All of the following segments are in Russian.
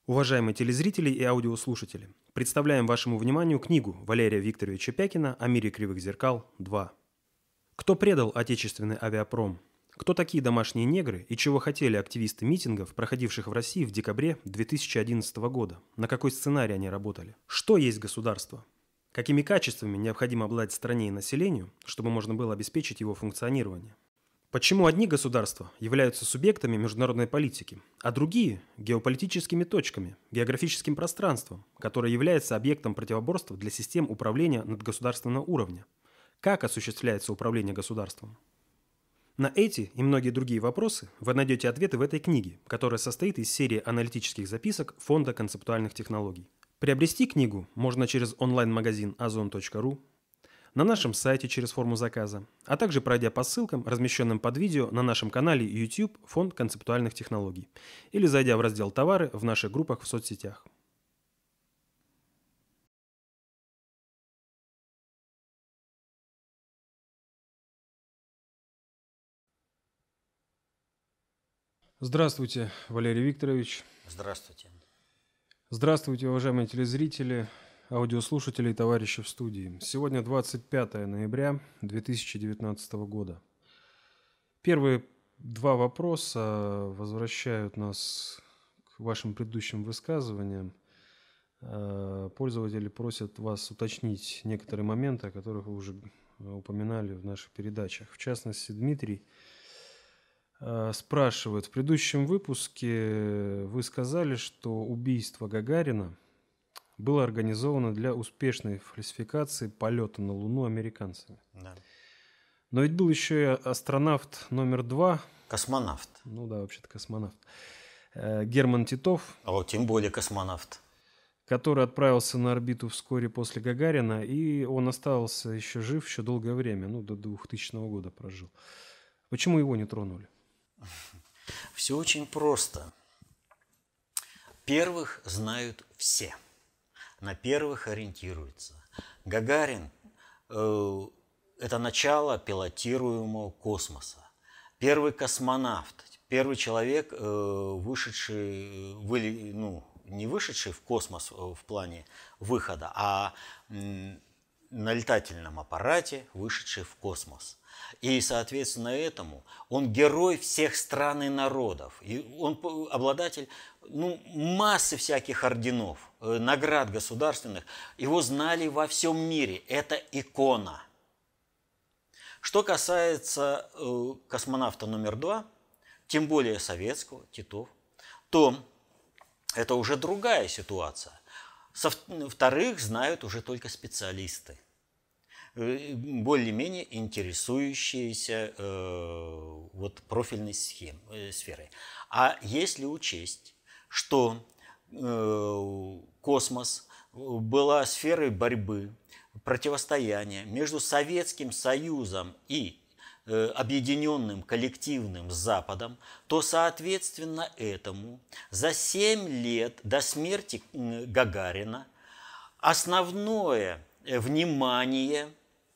Уважаемые телезрители и аудиослушатели, представляем вашему вниманию книгу Валерия Викторовича Пякина «О мире кривых зеркал 2». Кто предал отечественный авиапром? Кто такие домашние негры и чего хотели активисты митингов, проходивших в России в декабре 2011 года? На какой сценарий они работали? Что есть государство? Какими качествами необходимо обладать стране и населению, чтобы можно было обеспечить его функционирование? Почему одни государства являются субъектами международной политики, а другие – геополитическими точками, географическим пространством, которое является объектом противоборства для систем управления надгосударственного уровня? Как осуществляется управление государством? На эти и многие другие вопросы вы найдете ответы в этой книге, которая состоит из серии аналитических записок Фонда концептуальных технологий. Приобрести книгу можно через онлайн-магазин ozon.ru, на нашем сайте через форму заказа, а также пройдя по ссылкам, размещенным под видео на нашем канале YouTube «Фонд концептуальных технологий» или зайдя в раздел «Товары» в наших группах в соцсетях. Здравствуйте, Валерий Викторович. Здравствуйте. Здравствуйте, уважаемые телезрители, аудиослушатели и товарищи в студии. Сегодня 25 ноября 2019 года. Первые два вопроса возвращают нас к вашим предыдущим высказываниям. Пользователи просят вас уточнить некоторые моменты, о которых вы уже упоминали в наших передачах. В частности, Дмитрий спрашивает, в предыдущем выпуске вы сказали, что убийство Гагарина было организовано для успешной фальсификации полета на Луну американцами. Да. Но ведь был еще и астронавт номер 2. Космонавт. Ну да, вообще-то космонавт. Герман Титов. Тем более космонавт. Который отправился на орбиту вскоре после Гагарина, и он остался еще жив еще долгое время, до 2000 года прожил. Почему его не тронули? Все очень просто. Первых знают все. На первых ориентируются. Гагарин это начало пилотируемого космоса. Первый космонавт, первый человек, вышедший, не вышедший в космос в плане выхода, а на летательном аппарате вышедший в космос. И, соответственно, этому он герой всех стран и народов. И он обладатель массы всяких орденов, наград государственных. Его знали во всем мире. Это икона. Что касается космонавта номер 2, тем более советского, Титов, то это уже другая ситуация. Вторых знают уже только специалисты, более-менее интересующиеся профильной сферой. А если учесть, что космос была сферой борьбы, противостояния между Советским Союзом и объединенным коллективным Западом, то, соответственно, этому за 7 лет до смерти Гагарина основное внимание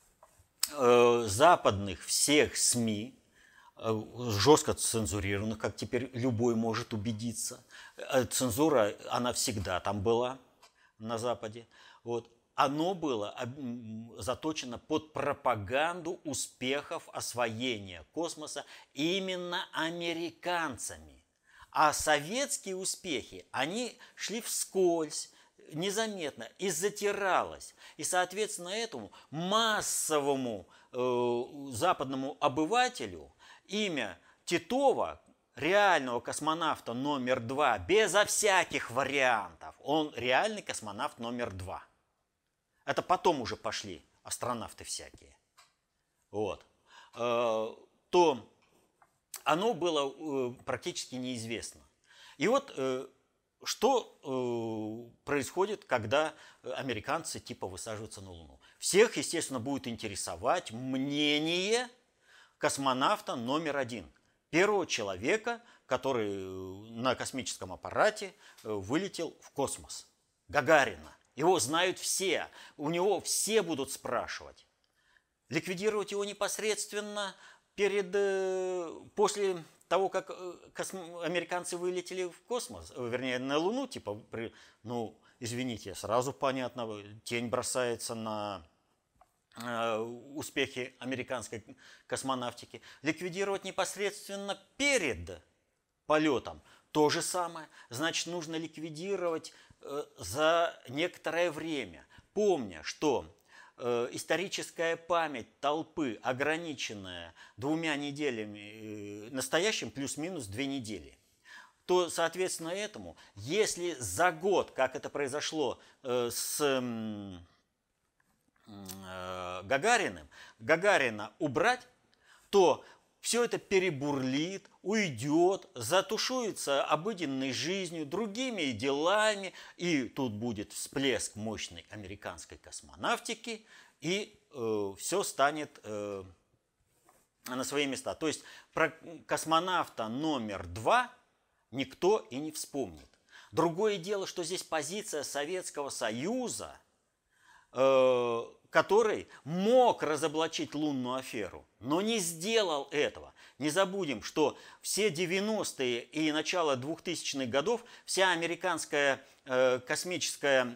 западных всех СМИ, жестко цензурированных, как теперь любой может убедиться, цензура, она всегда там была на Западе, оно было заточено под пропаганду успехов освоения космоса именно американцами. А советские успехи, они шли вскользь, незаметно, и затиралось. И, соответственно, этому массовому западному обывателю имя Титова, реального космонавта номер 2, безо всяких вариантов, он реальный космонавт номер 2. Это потом уже пошли астронавты всякие. То оно было практически неизвестно. И что происходит, когда американцы высаживаются на Луну? Всех, естественно, будет интересовать мнение космонавта номер 1. Первого человека, который на космическом аппарате вылетел в космос. Гагарина. Его знают все, у него все будут спрашивать. Ликвидировать его непосредственно после того, как американцы вылетели в космос, вернее, на Луну, типа, ну, извините, сразу понятно, тень бросается на успехи американской космонавтики. Ликвидировать непосредственно перед полетом то же самое. Значит, нужно ликвидировать за некоторое время, помня, что историческая память толпы, ограниченная 2 неделями, настоящим плюс-минус 2 недели, то, соответственно, этому, если за год, как это произошло с Гагарина убрать, то все это перебурлит, уйдет, затушуется обыденной жизнью, другими делами, и тут будет всплеск мощной американской космонавтики, и все станет на свои места. То есть про космонавта номер 2 никто и не вспомнит. Другое дело, что здесь позиция Советского Союза, который мог разоблачить лунную аферу, но не сделал этого. Не забудем, что все 90-е и начало 2000-х годов вся американская космическая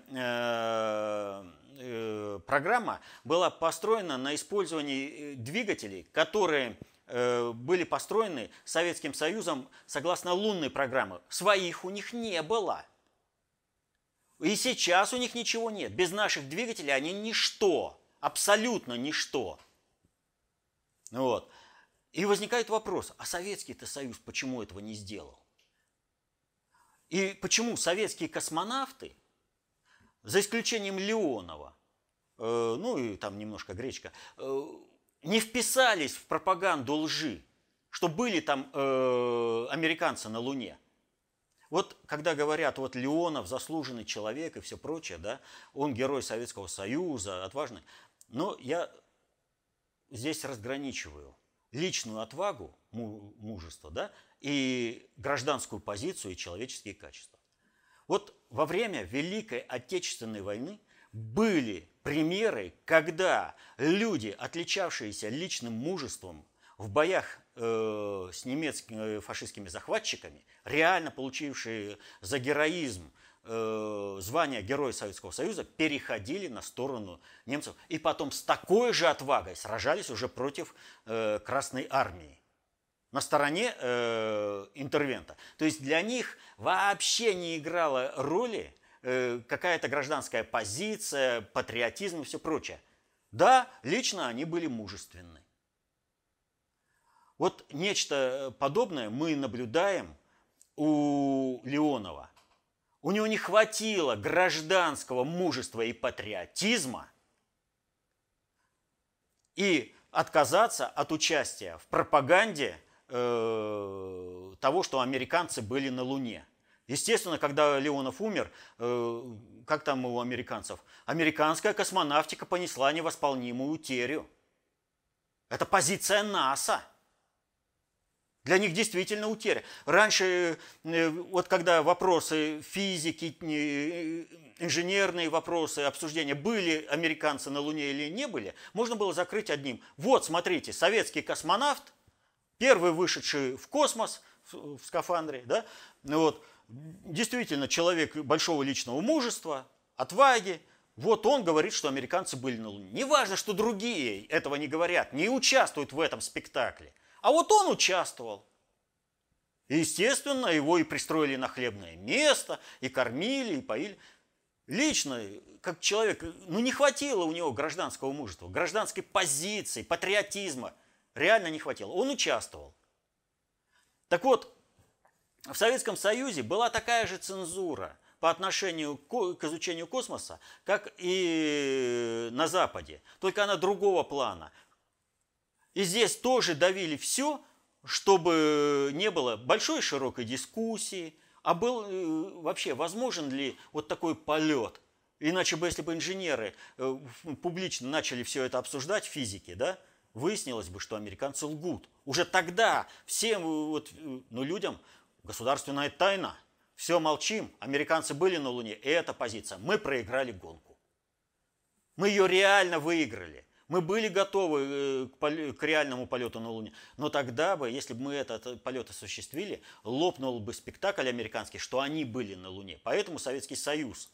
программа была построена на использовании двигателей, которые были построены Советским Союзом согласно лунной программе. Своих у них не было. И сейчас у них ничего нет. Без наших двигателей они ничто. Абсолютно ничто. Вот. И возникает вопрос, а Советский-то Союз почему этого не сделал? И почему советские космонавты, за исключением Леонова, ну и там немножко Гречка, не вписались в пропаганду лжи, что были там американцы на Луне? Вот когда говорят, вот Леонов заслуженный человек и все прочее, да, он герой Советского Союза, отважный, но я здесь разграничиваю личную отвагу, мужество, да, и гражданскую позицию и человеческие качества. Вот во время Великой Отечественной войны были примеры, когда люди, отличавшиеся личным мужеством в боях с немецкими фашистскими захватчиками, реально получившие за героизм звание Героя Советского Союза, переходили на сторону немцев. И потом с такой же отвагой сражались уже против Красной Армии. На стороне интервента. То есть для них вообще не играла роли какая-то гражданская позиция, патриотизм и все прочее. Да, лично они были мужественны. Вот нечто подобное мы наблюдаем у Леонова. У него не хватило гражданского мужества и патриотизма и отказаться от участия в пропаганде того, что американцы были на Луне. Естественно, когда Леонов умер, как там у американцев? Американская космонавтика понесла невосполнимую утерю. Это позиция НАСА. Для них действительно утеря. Раньше, вот когда вопросы физики, инженерные вопросы, обсуждения, были американцы на Луне или не были, можно было закрыть одним. Вот, смотрите, советский космонавт, первый вышедший в космос в скафандре, да, вот, действительно человек большого личного мужества, отваги. Вот он говорит, что американцы были на Луне. Не важно, что другие этого не говорят, не участвуют в этом спектакле. А вот он участвовал. И, естественно, его и пристроили на хлебное место, и кормили, и поили. Лично, как человек, ну не хватило у него гражданского мужества, гражданской позиции, патриотизма. Реально не хватило. Он участвовал. Так вот, в Советском Союзе была такая же цензура по отношению к изучению космоса, как и на Западе. Только она другого плана. И здесь тоже давили все, чтобы не было большой широкой дискуссии, а был вообще возможен ли вот такой полет. Иначе бы, если бы инженеры публично начали все это обсуждать в физике, да, выяснилось бы, что американцы лгут. Уже тогда всем вот, ну, людям государственная тайна. Все молчим, американцы были на Луне, и эта позиция. Мы проиграли гонку. Мы ее реально выиграли. Мы были готовы к реальному полету на Луне. Но тогда бы, если бы мы этот полет осуществили, лопнул бы спектакль американский, что они были на Луне. Поэтому Советский Союз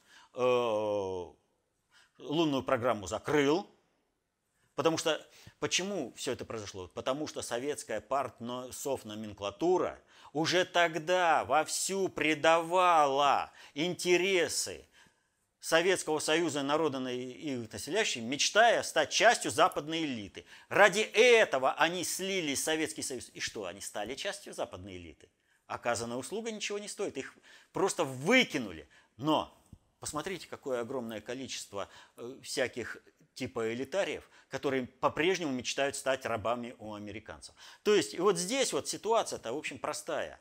лунную программу закрыл. Потому что, почему все это произошло? Потому что советская партсовноменклатура уже тогда вовсю предавала интересы Советского Союза и народа и населяющих, мечтая стать частью западной элиты. Ради этого они слили Советский Союз. И что, они стали частью западной элиты? Оказанная услуга ничего не стоит, их просто выкинули. Но посмотрите, какое огромное количество всяких типа элитариев, которые по-прежнему мечтают стать рабами у американцев. То есть вот здесь вот ситуация-то, в общем, простая.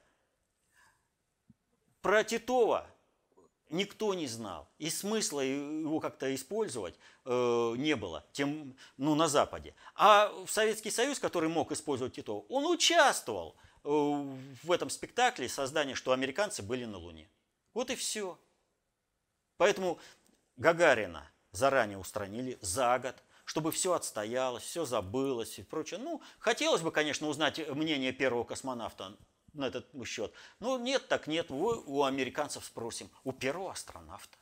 Про Титова никто не знал, и смысла его как-то использовать не было, на Западе. А в Советский Союз, который мог использовать Титова, он участвовал в этом спектакле создания, что американцы были на Луне. Вот и все. Поэтому Гагарина заранее устранили за год, чтобы все отстоялось, все забылось и прочее. Хотелось бы, конечно, узнать мнение первого космонавта на этот счет. Но нет, так нет. У американцев спросим. У первого астронавта.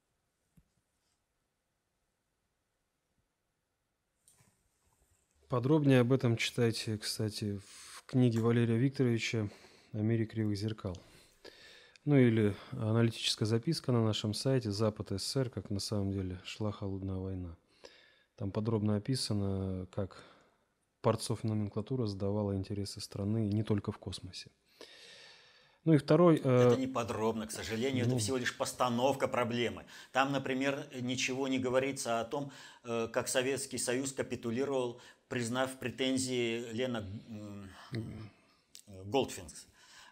Подробнее об этом читайте, кстати, в книге Валерия Викторовича «О мире кривых зеркал». Или аналитическая записка на нашем сайте «Запад СССР. Как на самом деле шла холодная война». Там подробно описано, как партсовноменклатура сдавала интересы страны не только в космосе. И второй... Это не подробно, к сожалению, это всего лишь постановка проблемы. Там, например, ничего не говорится о том, как Советский Союз капитулировал, признав претензии Лена Голдфингс.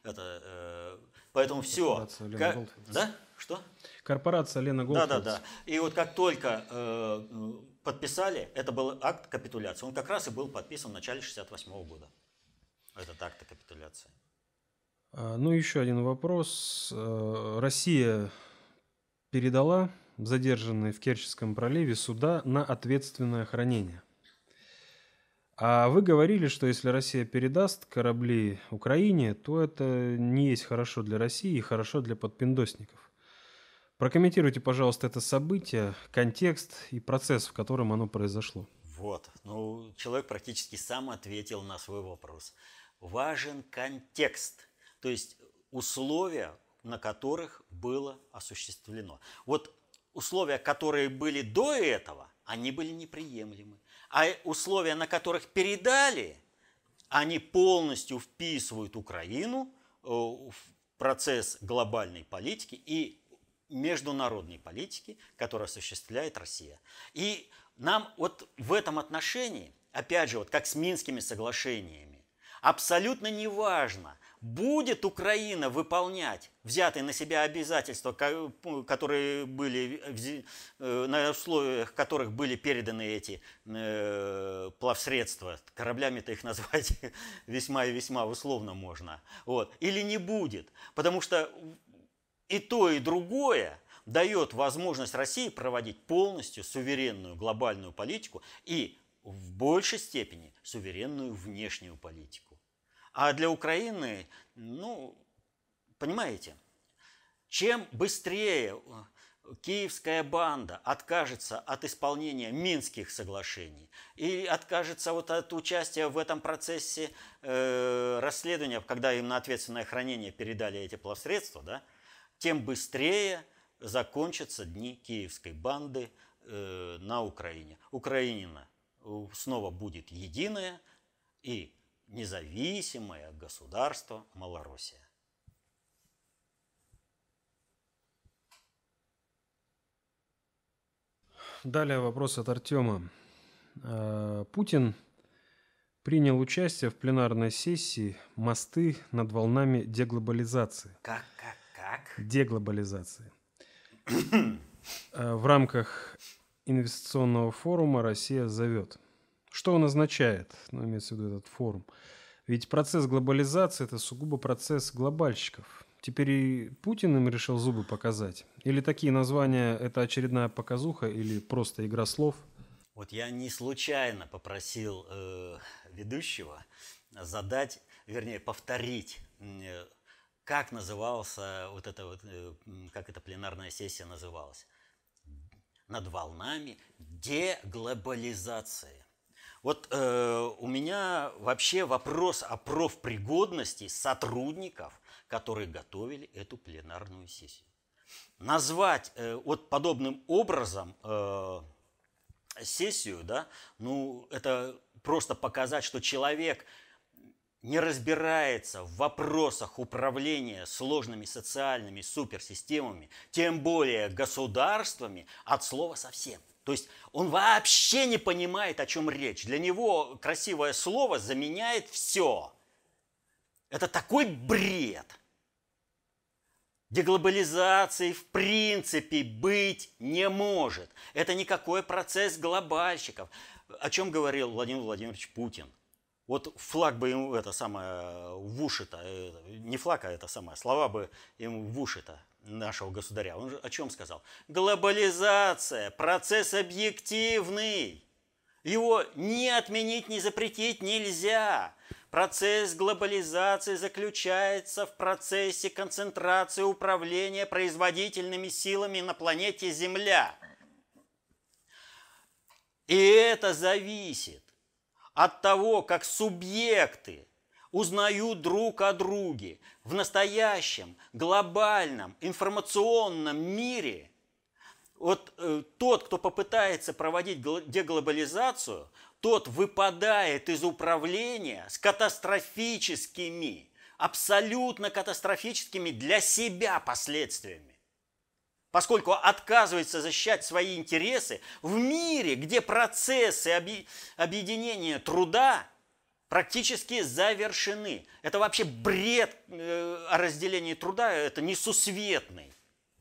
Поэтому все. Да? Что? Корпорация Лена Голдфингс. Да. И вот как только подписали, это был акт капитуляции. Он как раз и был подписан в начале 1968 года. Этот акт капитуляции. Еще один вопрос. Россия передала задержанные в Керченском проливе суда на ответственное хранение. А вы говорили, что если Россия передаст корабли Украине, то это не есть хорошо для России и хорошо для подпиндосников. Прокомментируйте, пожалуйста, это событие, контекст и процесс, в котором оно произошло. Вот. Человек практически сам ответил на свой вопрос. Важен контекст, то есть условия, на которых было осуществлено. Вот условия, которые были до этого, они были неприемлемы. А условия, на которых передали, они полностью вписывают Украину в процесс глобальной политики и международной политики, которую осуществляет Россия. И нам вот в этом отношении, опять же, как с Минскими соглашениями, абсолютно неважно, будет Украина выполнять взятые на себя обязательства, которые были, на условиях которых были переданы эти плавсредства, кораблями-то их назвать весьма и весьма условно можно, или не будет, потому что и то, и другое дает возможность России проводить полностью суверенную глобальную политику и в большей степени суверенную внешнюю политику. А для Украины, понимаете, чем быстрее киевская банда откажется от исполнения Минских соглашений и откажется от участия в этом процессе расследования, когда им на ответственное хранение передали эти плавсредства, тем быстрее закончатся дни киевской банды на Украине. Украина снова будет единая и независимое государство Малороссия. Далее вопрос от Артема. Путин принял участие в пленарной сессии «Мосты над волнами деглобализации». Как? Деглобализации. В рамках инвестиционного форума «Россия зовет». Что он означает? Имеется в виду этот форум. Ведь процесс глобализации – это сугубо процесс глобальщиков. Теперь и Путин им решил зубы показать? Или такие названия – это очередная показуха или просто игра слов? Вот я не случайно попросил ведущего задать, вернее, повторить, как назывался вот это вот, как эта пленарная сессия называлась. Над волнами деглобализации. Вот у меня вообще вопрос о профпригодности сотрудников, которые готовили эту пленарную сессию. Назвать вот подобным образом сессию, да, ну это просто показать, что человек не разбирается в вопросах управления сложными социальными суперсистемами, тем более государствами, от слова совсем. То есть он вообще не понимает, о чем речь. Для него красивое слово заменяет все. Это такой бред. Деглобализации в принципе быть не может. Это никакой процесс глобальщиков. О чем говорил Владимир Владимирович Путин? Вот флаг бы ему это самое в уши-то, не флаг, а это самое, слова бы ему в уши-то нашего государя. Он же о чем сказал? Глобализация, процесс объективный. Его ни отменить, ни запретить нельзя. Процесс глобализации заключается в процессе концентрации управления производительными силами на планете Земля. И это зависит от того, как субъекты узнают друг о друге в настоящем глобальном информационном мире. Вот тот, кто попытается проводить деглобализацию, тот выпадает из управления с катастрофическими, абсолютно катастрофическими для себя последствиями. Поскольку отказывается защищать свои интересы в мире, где процессы объединения труда практически завершены. Это вообще бред о разделении труда, это несусветный.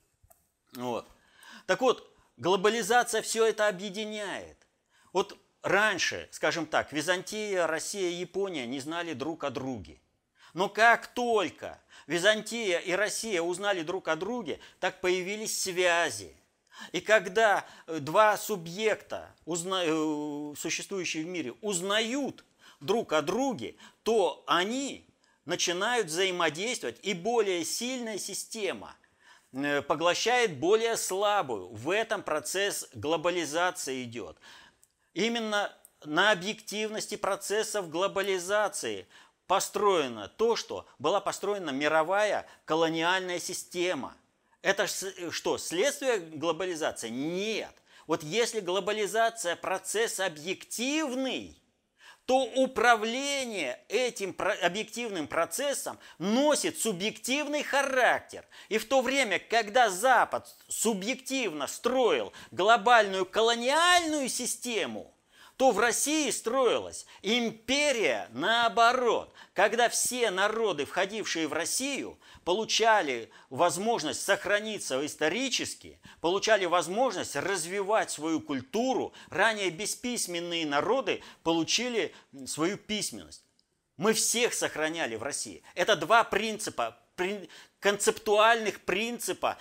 Вот. Так вот, глобализация все это объединяет. Вот раньше, скажем так, Византия, Россия, Япония не знали друг о друге. Но как только Византия и Россия узнали друг о друге, так появились связи. И когда два субъекта, существующие в мире, узнают друг о друге, то они начинают взаимодействовать, и более сильная система поглощает более слабую. В этом процесс глобализации идет. Именно на объективности процессов глобализации построено то, что была построена мировая колониальная система. Это что, следствие глобализации? Нет. Вот если глобализация процесс объективный, то управление этим объективным процессом носит субъективный характер. И в то время, когда Запад субъективно строил глобальную колониальную систему, то в России строилась империя наоборот, когда все народы, входившие в Россию, получали возможность сохраниться исторически, получали возможность развивать свою культуру. Ранее бесписьменные народы получили свою письменность. Мы всех сохраняли в России. Это два принципа, концептуальных принципа,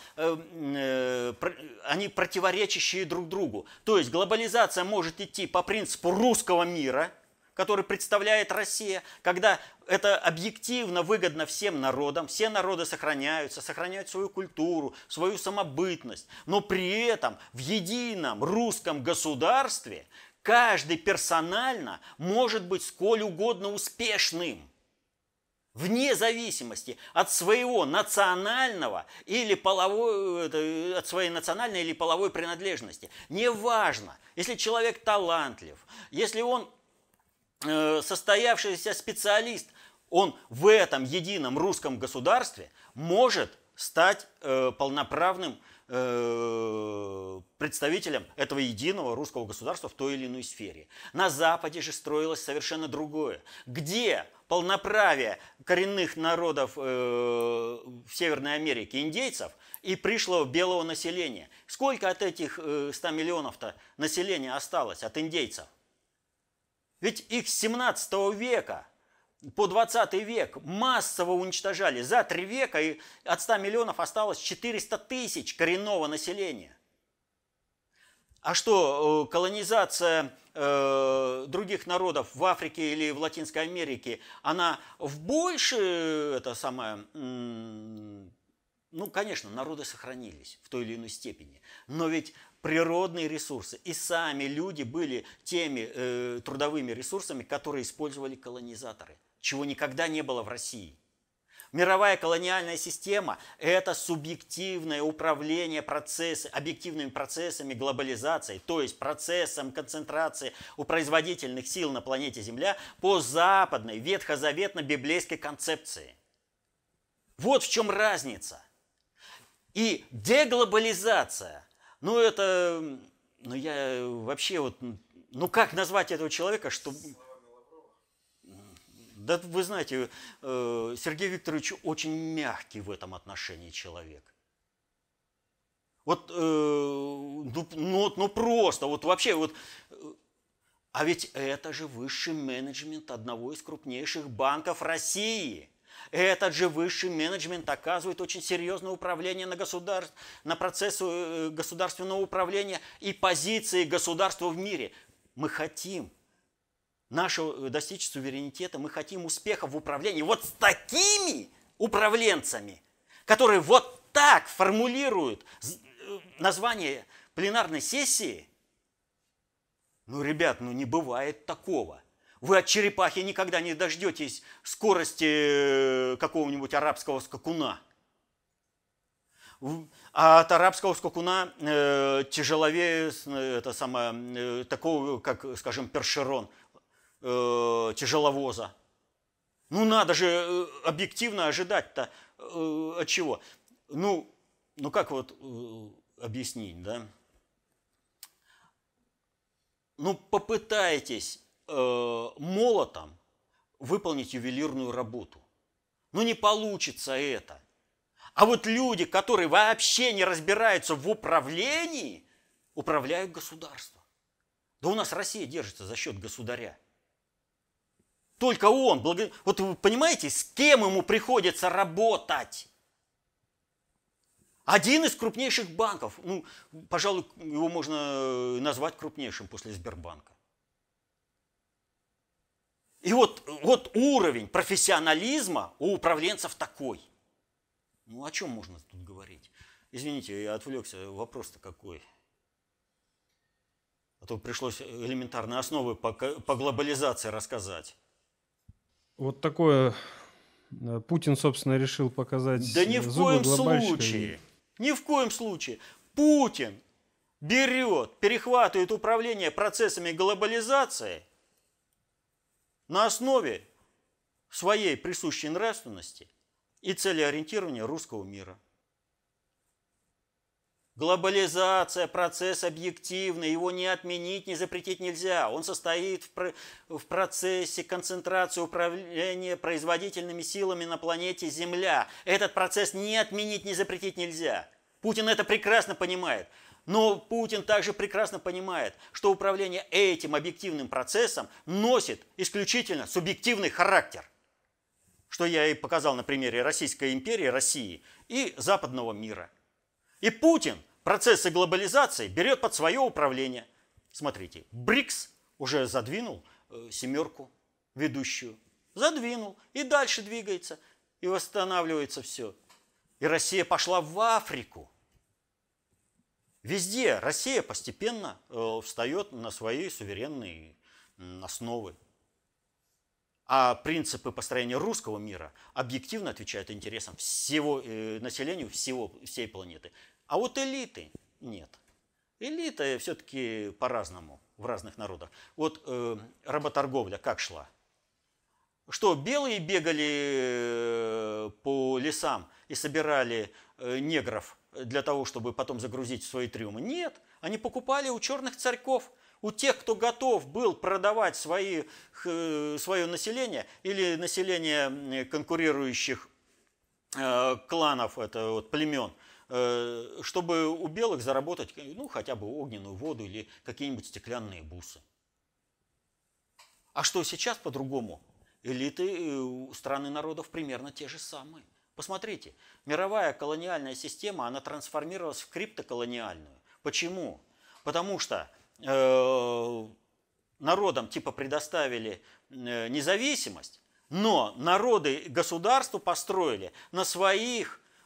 они противоречащие друг другу. То есть глобализация может идти по принципу русского мира, который представляет Россия, когда это объективно выгодно всем народам, все народы сохраняют свою культуру, свою самобытность, но при этом в едином русском государстве каждый персонально может быть сколь угодно успешным, вне зависимости от своего национального или половой, от своей национальной или половой принадлежности. Неважно, если человек талантлив, если он состоявшийся специалист, он в этом едином русском государстве может стать полноправным представителем этого единого русского государства в той или иной сфере. На Западе же строилось совершенно другое. Где полноправие коренных народов в Северной Америке, индейцев, и пришлого белого населения? Сколько от этих 100 миллионов-то населения осталось от индейцев? Ведь их с 17 века по 20 век массово уничтожали. За 3 века и от 100 миллионов осталось 400 тысяч коренного населения. А что, колонизация других народов в Африке или в Латинской Америке, она в больше, это самое, ну, конечно, народы сохранились в той или иной степени, но ведь природные ресурсы и сами люди были теми трудовыми ресурсами, которые использовали колонизаторы, чего никогда не было в России. Мировая колониальная система – это субъективное управление объективными процессами глобализации, то есть процессом концентрации у производительных сил на планете Земля по западной ветхозаветно-библейской концепции. Вот в чем разница. И деглобализация, я вообще как назвать этого человека, что... Да вы знаете, Сергей Викторович очень мягкий в этом отношении человек. А ведь это же высший менеджмент одного из крупнейших банков России. Этот же высший менеджмент оказывает очень серьезное управление на процесс государственного управления и позиции государства в мире. Мы хотим достичь суверенитета, мы хотим успеха в управлении вот с такими управленцами, которые вот так формулируют название пленарной сессии. Ребят, не бывает такого. Вы от черепахи никогда не дождетесь скорости какого-нибудь арабского скакуна. А от арабского скакуна тяжеловее такого, как, скажем, першерон, тяжеловоза. Надо же объективно ожидать-то от чего? Как объяснить, да? Попытайтесь молотом выполнить ювелирную работу. Не получится это. А вот люди, которые вообще не разбираются в управлении, управляют государством. Да у нас Россия держится за счет государя. Только он, вот вы понимаете, с кем ему приходится работать? Один из крупнейших банков, пожалуй, его можно назвать крупнейшим после Сбербанка. И вот уровень профессионализма у управленцев такой. О чем можно тут говорить? Извините, я отвлекся, вопрос-то какой? А то пришлось элементарные основы по глобализации рассказать. Вот такое Путин, собственно, решил показать. Да ни в коем случае. Ни в коем случае. Путин перехватывает управление процессами глобализации на основе своей присущей нравственности и целеориентирования русского мира. Глобализация – процесс объективный, его не отменить, не запретить нельзя. Он состоит в процессе концентрации управления производительными силами на планете Земля. Этот процесс не отменить, не запретить нельзя. Путин это прекрасно понимает. Но Путин также прекрасно понимает, что управление этим объективным процессом носит исключительно субъективный характер. Что я и показал на примере Российской империи, России и западного мира. И Путин процессы глобализации берет под свое управление. Смотрите, БРИКС уже задвинул семерку ведущую. Задвинул. И дальше двигается. И восстанавливается все. И Россия пошла в Африку. Везде Россия постепенно встает на свои суверенные основы. А принципы построения русского мира объективно отвечают интересам всего населения, всей планеты. А вот элиты нет. Элита все-таки по-разному в разных народах. Вот работорговля как шла? Что, белые бегали по лесам и собирали негров для того, чтобы потом загрузить в свои трюмы? Нет, они покупали у черных царьков. У тех, кто готов был продавать свое население или население конкурирующих кланов, это племен, чтобы у белых заработать хотя бы огненную воду или какие-нибудь стеклянные бусы. А что сейчас по-другому? Элиты стран и народов примерно те же самые. Посмотрите, мировая колониальная система, она трансформировалась в криптоколониальную. Почему? потому что народам типа предоставили независимость, но народы государству построили на своей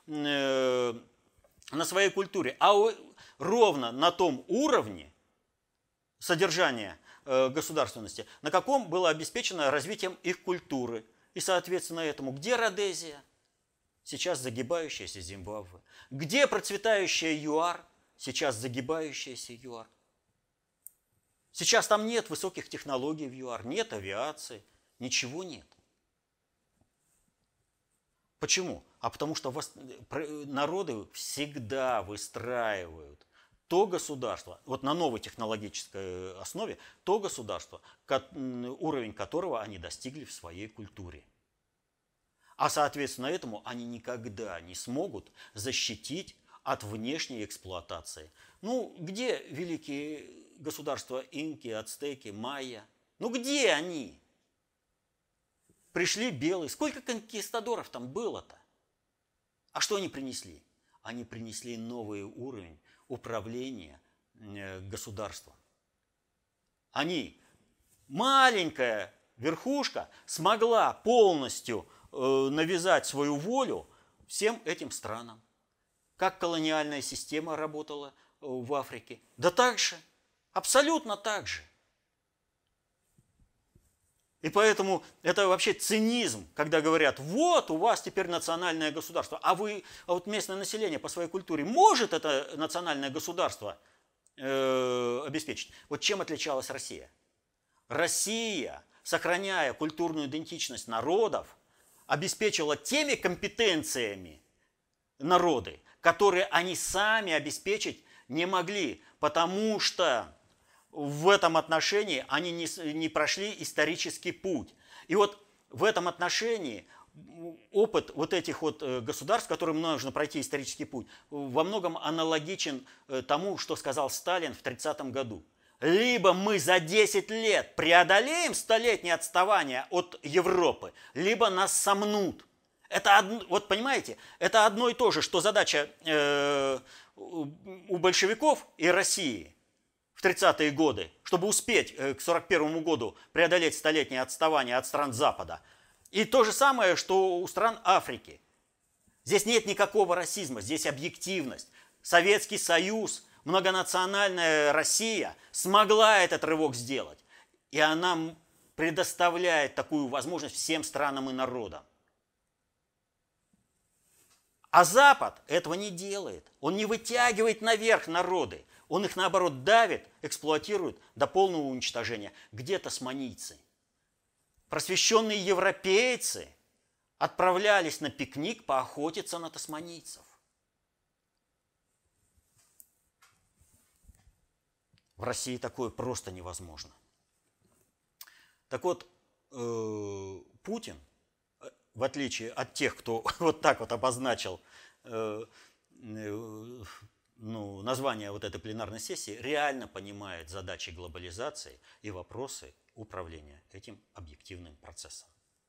культуре, ровно на том уровне содержания государственности, на каком было обеспечено развитием их культуры. И, соответственно, этому где Родезия? Сейчас загибающаяся Зимбабве. Где процветающая ЮАР? Сейчас загибающаяся ЮАР. Сейчас там нет высоких технологий в ЮАР, нет авиации, ничего нет. Почему? А потому что народы всегда выстраивают то государство, вот на новой технологической основе, то государство, уровень которого они достигли в своей культуре. А соответственно этому они никогда не смогут защитить от внешней эксплуатации. Ну, где великие государства инки, ацтеки, майя? Ну, где они? Пришли белые. Сколько конкистадоров там было-то? А что они принесли? Они принесли новый уровень управления государством. Маленькая верхушка смогла полностью навязать свою волю всем этим странам. Как колониальная система работала в Африке? Да так же, абсолютно так же. И поэтому это вообще цинизм, когда говорят, вот у вас теперь национальное государство, а вот местное население по своей культуре может это национальное государство обеспечить? Вот чем отличалась Россия? Россия, сохраняя культурную идентичность народов, обеспечила теми компетенциями народы, которые они сами обеспечить не могли, потому что в этом отношении они не прошли исторический путь. И вот в этом отношении опыт вот этих вот государств, которым нужно пройти исторический путь, во многом аналогичен тому, что сказал Сталин в 1930 году. Либо мы за 10 лет преодолеем столетнее отставание от Европы, либо нас сомнут. Вот понимаете, это одно и то же, что задача у большевиков и России в 30-е годы, чтобы успеть к 1941 году преодолеть столетнее отставание от стран Запада. И то же самое, что у стран Африки. Здесь нет никакого расизма, здесь объективность. Советский Союз, многонациональная Россия смогла этот рывок сделать. И она предоставляет такую возможность всем странам и народам. А Запад этого не делает. Он не вытягивает наверх народы. Он их, наоборот, давит, эксплуатирует до полного уничтожения. Где тасманийцы? Просвещенные европейцы отправлялись на пикник поохотиться на тасманийцев. В России такое просто невозможно. Так вот, Путин, в отличие от тех, кто вот так вот обозначил название вот этой пленарной сессии, реально понимает задачи глобализации и вопросы управления этим объективным процессом.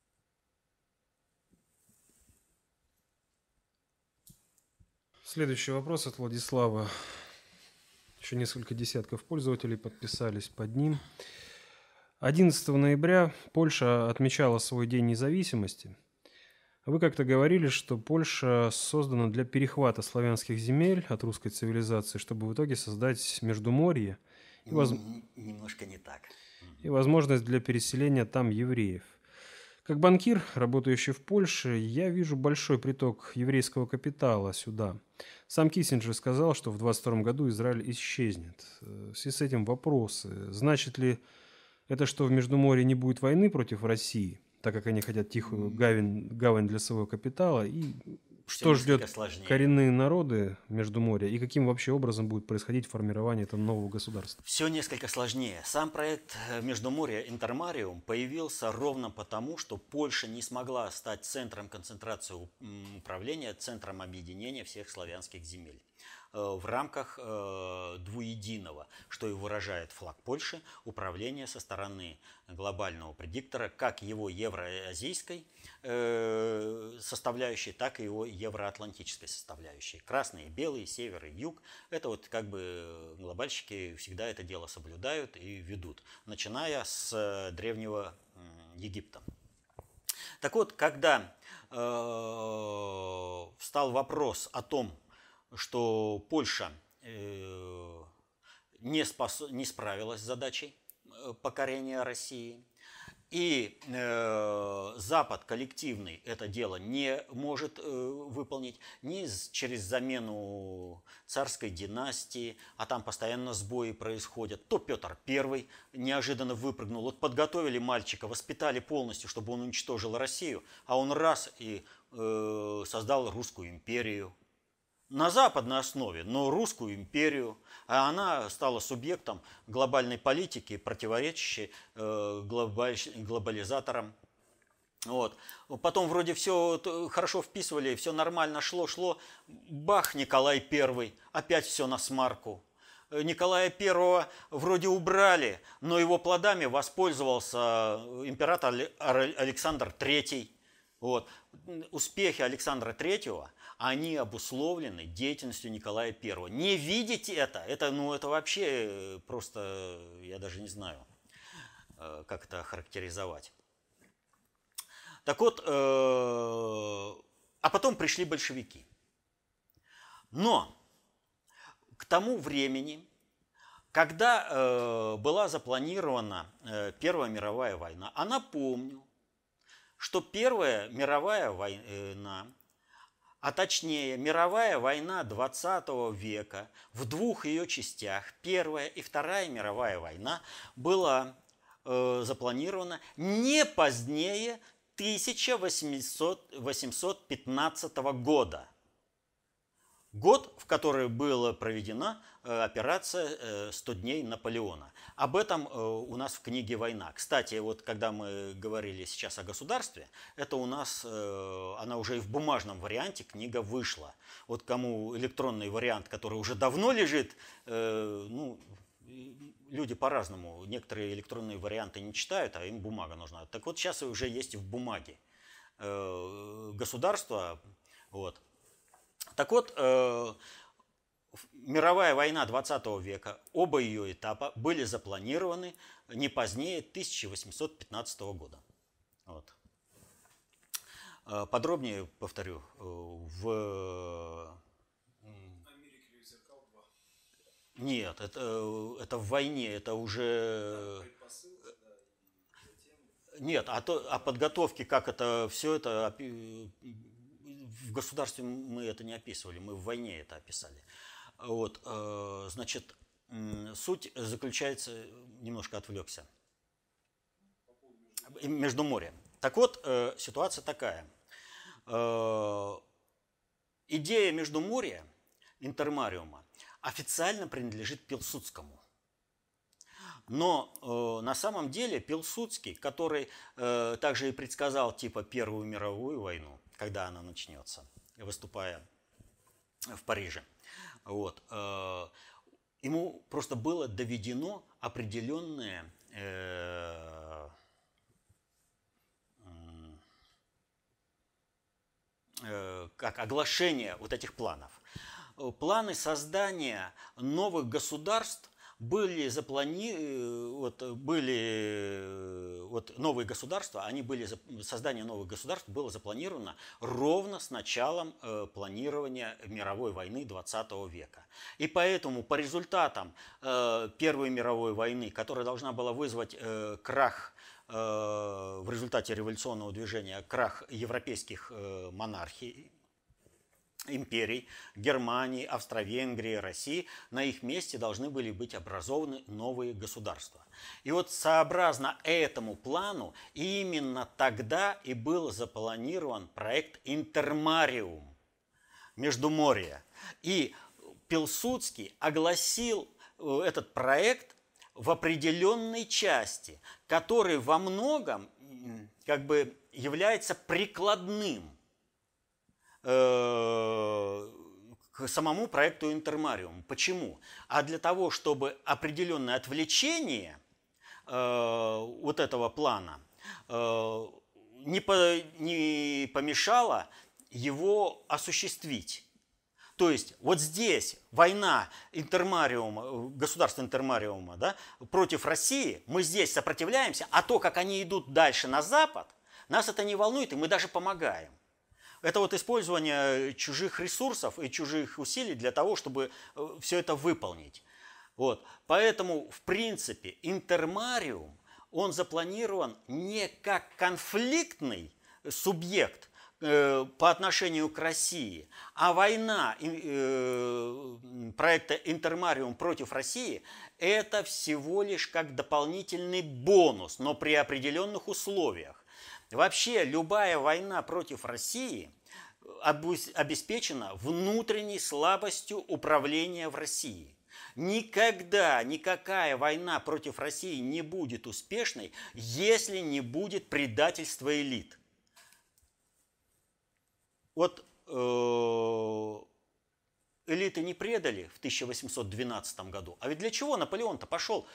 Следующий вопрос от Владислава. Еще несколько десятков пользователей подписались под ним. 11 ноября Польша отмечала свой День независимости. Вы как-то говорили, что Польша создана для перехвата славянских земель от русской цивилизации, чтобы в итоге создать Междуморье Немножко не так. И возможность для переселения там евреев. Как банкир, работающий в Польше, я вижу большой приток еврейского капитала сюда. Сам Киссинджер сказал, что в 2022 году Израиль исчезнет. В связи с этим вопросы. Значит ли это, что в Междуморье не будет войны против России, так как они хотят тихую гавань для своего капитала? И что ждет коренные народы Междуморья? И каким вообще образом будет происходить формирование этого нового государства? Все несколько сложнее. Сам проект Междуморья Интермариум появился ровно потому, что Польша не смогла стать центром концентрации управления, центром объединения всех славянских земель. в рамках двуединого, что и выражает флаг Польши, управление со стороны глобального предиктора, как его евроазийской составляющей, так и его евроатлантической составляющей. Красные, белые, север и юг – это вот как бы глобальщики всегда это дело соблюдают и ведут, начиная с древнего Египта. Так вот, когда встал вопрос о том, что Польша не справилась с задачей покорения России, и Запад коллективный это дело не может выполнить ни через замену царской династии, а там постоянно сбои происходят. То Петр I неожиданно выпрыгнул. Вот подготовили мальчика, воспитали полностью, чтобы он уничтожил Россию, а он раз и создал Русскую империю. На западной основе, но Русскую империю, а она стала субъектом глобальной политики, противоречащей глобализаторам. Вот. Потом вроде все хорошо вписывали, все нормально шло, бах, Николай I, опять все на смарку. Николая I вроде убрали, но его плодами воспользовался император Александр III. Вот. Успехи Александра III, они обусловлены деятельностью Николая I. Не видеть это вообще просто, я даже не знаю, как это характеризовать. Так вот, а потом пришли большевики. Но к тому времени, когда была запланирована Первая мировая война, а напомню, что Первая мировая война, а точнее мировая война 20 века в двух ее частях, Первая и Вторая мировая война, была запланирована не позднее 1815 года. Год, в который была проведена операция «100 дней Наполеона». Об этом у нас в книге «Война». Кстати, вот когда мы говорили сейчас о государстве, это у нас, она уже и в бумажном варианте книга вышла. Вот кому электронный вариант, который уже давно лежит, люди по-разному. Некоторые электронные варианты не читают, а им бумага нужна. Так вот, сейчас уже есть и в бумаге. Государство, вот. Так вот, мировая война 20 века, оба ее этапа были запланированы не позднее 1815 года. Вот. Подробнее повторю, в... Америка Кривых Зеркал 2. Нет, это в войне, это уже... Нет, о подготовке, как это все это... В государстве мы это не описывали, мы в войне это описали. Вот, значит, суть заключается, немножко отвлекся, Междуморье. Так вот, ситуация такая. Идея Междуморья, интермариума, официально принадлежит Пилсудскому. Но на самом деле Пилсудский, который также и предсказал типа Первую мировую войну, когда она начнется, выступая в Париже, вот, ему просто было доведено определенное как оглашение вот этих планов. Планы создания новых государств были новые государства, создание новых государств было запланировано ровно с началом планирования мировой войны 20 века. И поэтому по результатам Первой мировой войны, которая должна была вызвать крах в результате революционного движения, крах европейских монархий, империй, Германии, Австро-Венгрии, России, на их месте должны были быть образованы новые государства. И вот сообразно этому плану именно тогда и был запланирован проект «Интермариум» Междуморья. И Пилсудский огласил этот проект в определенной части, который во многом как бы является прикладным к к самому проекту Интермариум. Почему? А для того, чтобы определенное отвлечение вот этого плана не помешало его осуществить. То есть вот здесь война Интермариума, государства Интермариума, да, против России, мы здесь сопротивляемся, а то, как они идут дальше на Запад, нас это не волнует, и мы даже помогаем. Это вот использование чужих ресурсов и чужих усилий для того, чтобы все это выполнить. Вот. Поэтому, в принципе, Интермариум, он запланирован не как конфликтный субъект по отношению к России, а война проекта Интермариум против России – это всего лишь как дополнительный бонус, но при определенных условиях. Вообще, любая война против России обеспечена внутренней слабостью управления в России. Никогда никакая война против России не будет успешной, если не будет предательства элит. Вот элиты не предали в 1812 году. А ведь для чего Наполеон-то пошел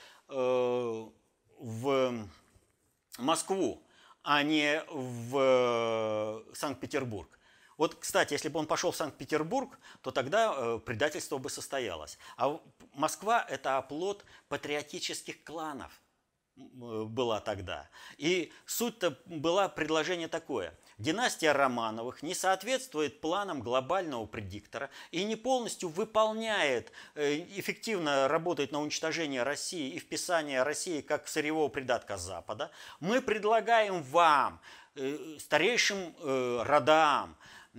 в Москву, а не в Санкт-Петербург? Вот, кстати, если бы он пошел в Санкт-Петербург, то тогда предательство бы состоялось. А Москва – это оплот патриотических кланов была тогда. И суть-то была предложение такое. Династия Романовых не соответствует планам глобального предиктора и не полностью выполняет, эффективно работает на уничтожение России и вписание России как сырьевого придатка Запада. Мы предлагаем вам, старейшим родам,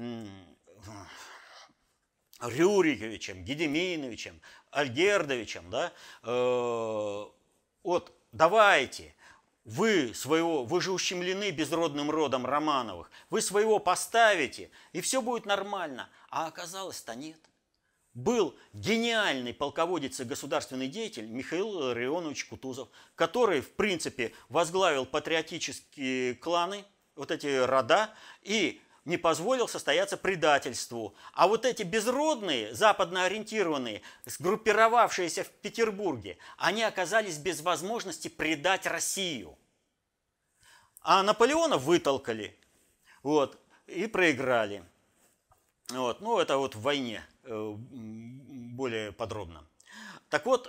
Рюриковичем, Гедеминовичем, Альгердовичем, да, вот давайте, вы же ущемлены безродным родом Романовых, вы своего поставите, и все будет нормально. А оказалось-то нет. Был гениальный полководец и государственный деятель Михаил Илларионович Кутузов, который, в принципе, возглавил патриотические кланы, вот эти рода, и не позволил состояться предательству. А вот эти безродные, западно ориентированные, сгруппировавшиеся в Петербурге, они оказались без возможности предать Россию. А Наполеона вытолкали, вот, и проиграли. Вот, ну, это вот в войне более подробно. Так вот,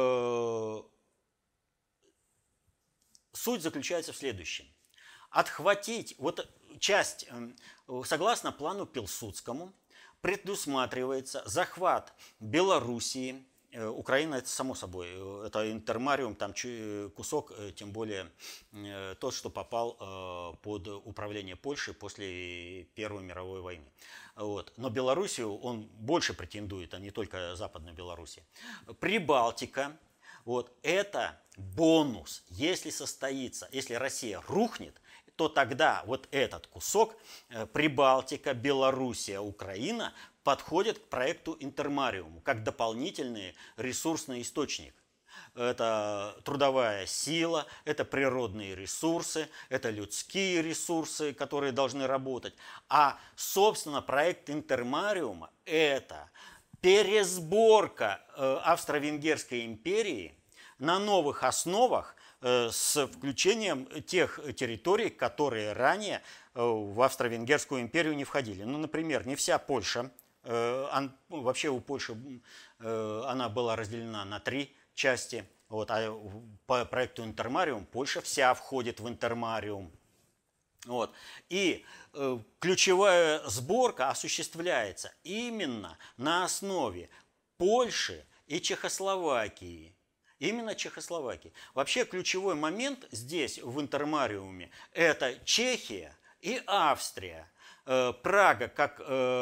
суть заключается в следующем. Отхватить, вот часть, согласно плану Пилсудскому, предусматривается захват Белоруссии, Украина, это само собой, это Интермариум, там кусок, тем более тот, что попал под управление Польши после Первой мировой войны. Вот. Но Белоруссию он больше претендует, а не только Западную Белоруссию. Прибалтика, вот, это бонус, если состоится, если Россия рухнет, то тогда вот этот кусок Прибалтика, Белоруссия, Украина подходят к проекту Интермариум как дополнительный ресурсный источник. Это трудовая сила, это природные ресурсы, это людские ресурсы, которые должны работать. А, собственно, проект Интермариума – это пересборка Австро-Венгерской империи на новых основах с включением тех территорий, которые ранее в Австро-Венгерскую империю не входили. Ну, например, не вся Польша, вообще у Польши она была разделена на 3 части, вот, а по проекту Интермариум Польша вся входит в Интермариум. Вот. И ключевая сборка осуществляется именно на основе Польши и Чехословакии. Именно Чехословакии. Вообще ключевой момент здесь, в Интермариуме, это Чехия и Австрия. Прага как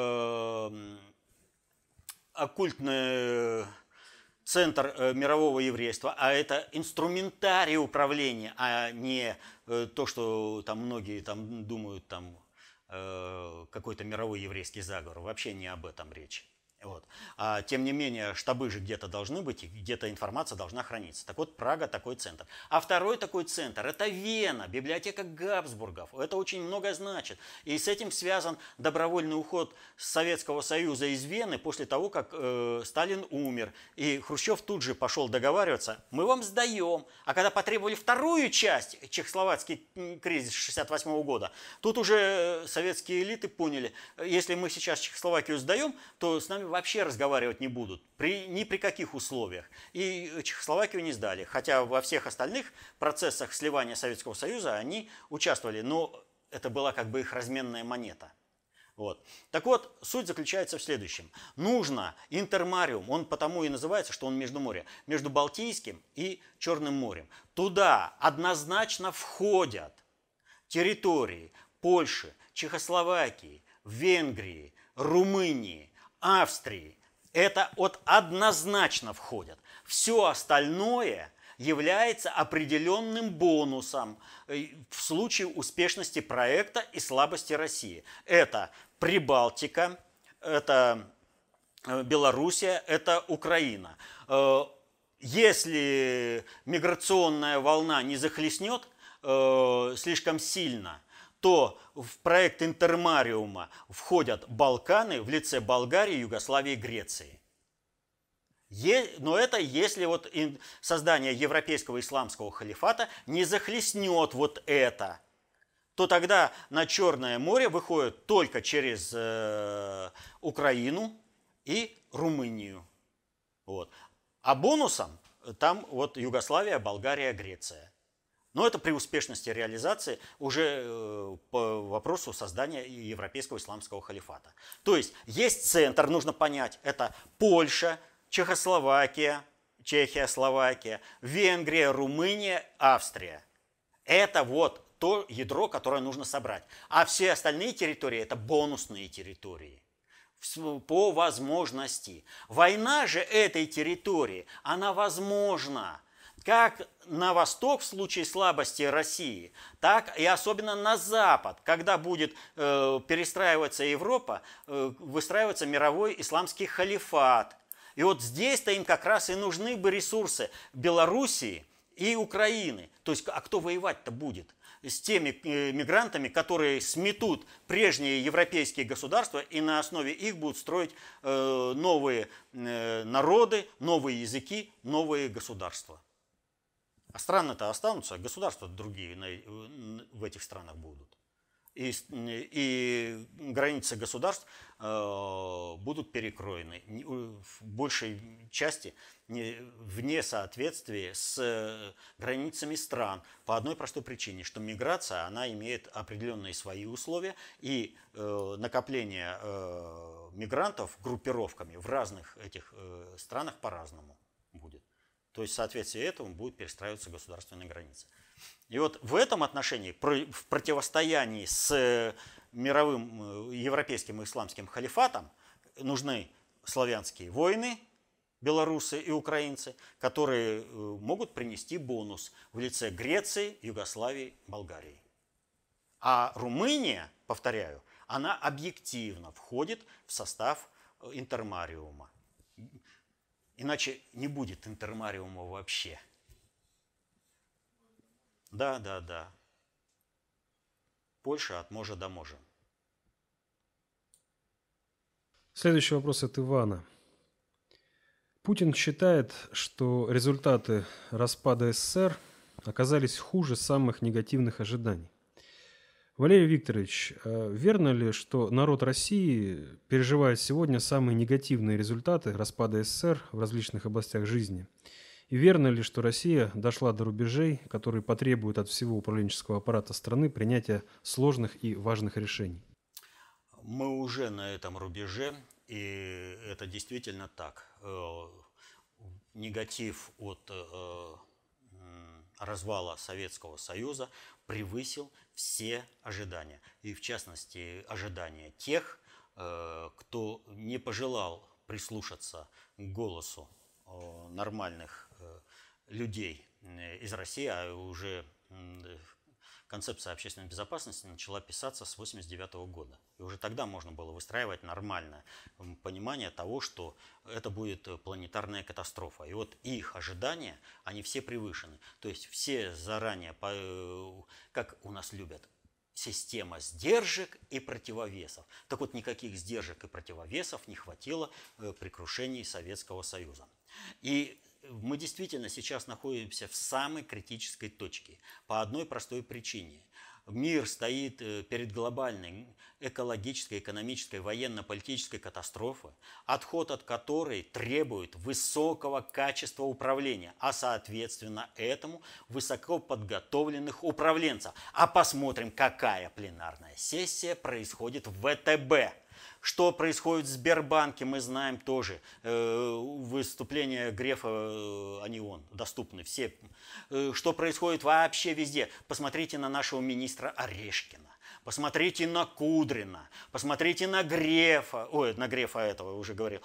оккультный центр мирового еврейства, а это инструментарий управления, а не то, что там многие там думают, там какой-то мировой еврейский заговор. Вообще не об этом речь. Вот. Тем не менее, штабы же где-то должны быть, и где-то информация должна храниться. Так вот, Прага такой центр. А второй такой центр – это Вена, библиотека Габсбургов. Это очень многое значит. И с этим связан добровольный уход Советского Союза из Вены после того, как Сталин умер. И Хрущев тут же пошел договариваться: мы вам сдаем. А когда потребовали вторую часть, чехословацкий кризис 1968 года, тут уже советские элиты поняли: если мы сейчас Чехословакию сдаем, то с нами вообще разговаривать не будут, ни при каких условиях. И Чехословакию не сдали, хотя во всех остальных процессах сливания Советского Союза они участвовали, но это была как бы их разменная монета. Вот. Так вот, суть заключается в следующем. Нужно интермариум, он потому и называется, что он между морем, между Балтийским и Черным морем. Туда однозначно входят территории Польши, Чехословакии, Венгрии, Румынии, Австрии. Это однозначно входят. Все остальное является определенным бонусом в случае успешности проекта и слабости России. Это Прибалтика, это Белоруссия, это Украина. Если миграционная волна не захлестнет слишком сильно, то в проект интермариума входят Балканы в лице Болгарии, Югославии, Греции. Но это если вот создание европейского исламского халифата не захлестнет вот это, то тогда на Черное море выходит только через Украину и Румынию. Вот. А бонусом там вот Югославия, Болгария, Греция. Но это при успешности реализации уже по вопросу создания европейского исламского халифата. То есть центр, нужно понять, это Польша, Чехословакия, Чехия, Словакия, Венгрия, Румыния, Австрия. Это вот то ядро, которое нужно собрать. А все остальные территории – это бонусные территории. По возможности. Война же этой территории, она возможна. Как на восток в случае слабости России, так и особенно на запад, когда будет перестраиваться Европа, выстраиваться мировой исламский халифат. И вот здесь-то им как раз и нужны бы ресурсы Белоруссии и Украины. То есть, а кто воевать-то будет с теми мигрантами, которые сметут прежние европейские государства и на основе их будут строить новые народы, новые языки, новые государства? А страны-то останутся, государства другие в этих странах будут. И границы государств будут перекроены в большей части вне соответствия с границами стран по одной простой причине, что миграция, она имеет определенные свои условия, и накопление мигрантов группировками в разных этих странах по-разному будет. То есть в соответствии этому будут перестраиваться государственные границы. И вот в этом отношении, в противостоянии с мировым европейским и исламским халифатом, нужны славянские воины, белорусы и украинцы, которые могут принести бонус в лице Греции, Югославии, Болгарии. А Румыния, повторяю, она объективно входит в состав интермариума. Иначе не будет интермариума вообще. Да. Польша от можа до можа. Следующий вопрос от Ивана. Путин считает, что результаты распада СССР оказались хуже самых негативных ожиданий. Валерий Викторович, верно ли, что народ России переживает сегодня самые негативные результаты распада СССР в различных областях жизни? И верно ли, что Россия дошла до рубежей, которые потребуют от всего управленческого аппарата страны принятия сложных и важных решений? Мы уже на этом рубеже, и это действительно так. Негатив от развала Советского Союза превысил все ожидания. И в частности, ожидания тех, кто не пожелал прислушаться к голосу нормальных людей из России, а уже концепция общественной безопасности начала писаться с 1989 года. И уже тогда можно было выстраивать нормальное понимание того, что это будет планетарная катастрофа. И вот их ожидания, они все превышены. То есть все заранее, как у нас любят, система сдержек и противовесов. Так вот, никаких сдержек и противовесов не хватило при крушении Советского Союза. И мы действительно сейчас находимся в самой критической точке по одной простой причине. Мир стоит перед глобальной экологической, экономической, военно-политической катастрофой, отход от которой требует высокого качества управления, а соответственно этому высоко подготовленных управленцев. А посмотрим, какая пленарная сессия происходит в ВТБ. Что происходит в Сбербанке, мы знаем тоже. Выступления Грефа, они доступны все. Что происходит вообще везде. Посмотрите на нашего министра Орешкина. Посмотрите на Кудрина, посмотрите на Грефа, на Грефа этого уже говорил,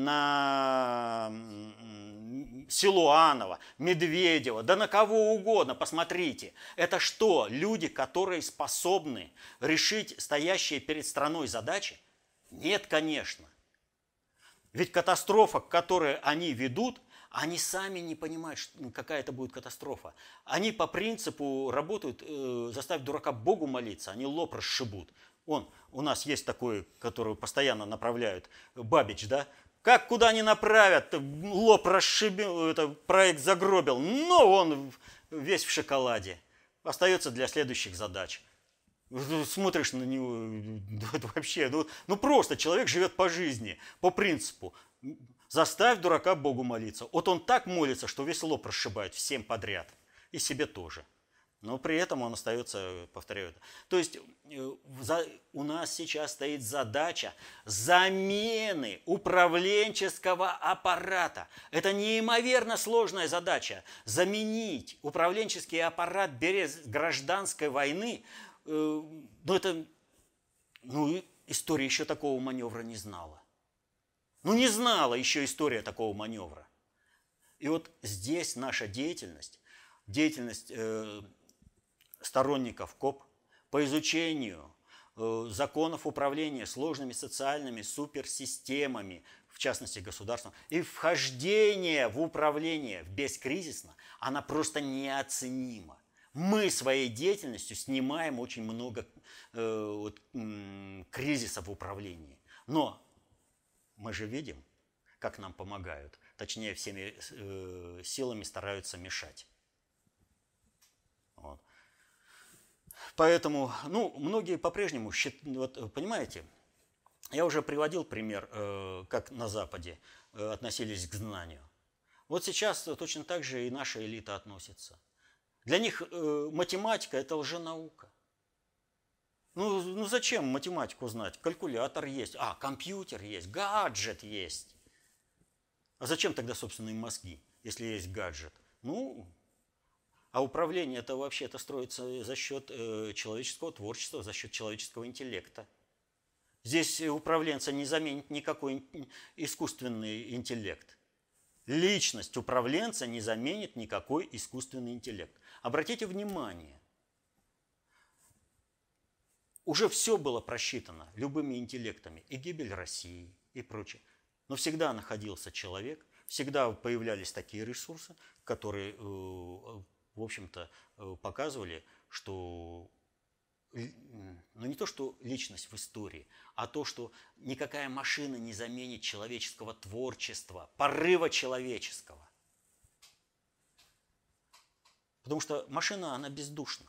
на Силуанова, Медведева, да на кого угодно, посмотрите. Это что, люди, которые способны решить стоящие перед страной задачи? Нет, конечно. Ведь катастрофа, к которой они ведут, они сами не понимают, какая это будет катастрофа. Они по принципу работают, заставить дурака Богу молиться, они лоб расшибут. У нас есть такой, которого постоянно направляют, Бабич, да? Как куда ни направят, лоб расшибил, это проект загробил, но он весь в шоколаде. Остается для следующих задач. Смотришь на него, это вообще, просто человек живет по жизни, по принципу. Заставь дурака Богу молиться. Вот он так молится, что весь лоб расшибает всем подряд. И себе тоже. Но при этом он остается, повторяю. То есть у нас сейчас стоит задача замены управленческого аппарата. Это неимоверно сложная задача. Заменить управленческий аппарат без гражданской войны. История еще такого маневра не знала. Не знала еще история такого маневра. И вот здесь наша деятельность сторонников КОП по изучению законов управления сложными социальными суперсистемами, в частности государственным, и вхождение в управление бескризисно, она просто неоценима. Мы своей деятельностью снимаем очень много кризисов в управлении. Но мы же видим, как нам помогают. Точнее, всеми силами стараются мешать. Вот. Поэтому, многие по-прежнему, понимаете, я уже приводил пример, как на Западе относились к знанию. Вот сейчас точно так же и наша элита относится. Для них математика – это лженаука. Зачем математику знать? Калькулятор есть, компьютер есть, гаджет есть. А зачем тогда, собственно, и мозги, если есть гаджет? А управление это вообще-то строится за счет человеческого творчества, за счет человеческого интеллекта. Здесь управленца не заменит никакой искусственный интеллект. Личность управленца не заменит никакой искусственный интеллект. Обратите внимание, уже все было просчитано любыми интеллектами, и гибель России, и прочее. Но всегда находился человек, всегда появлялись такие ресурсы, которые, в общем-то, показывали, что не то, что личность в истории, а то, что никакая машина не заменит человеческого творчества, порыва человеческого. Потому что машина, она бездушна.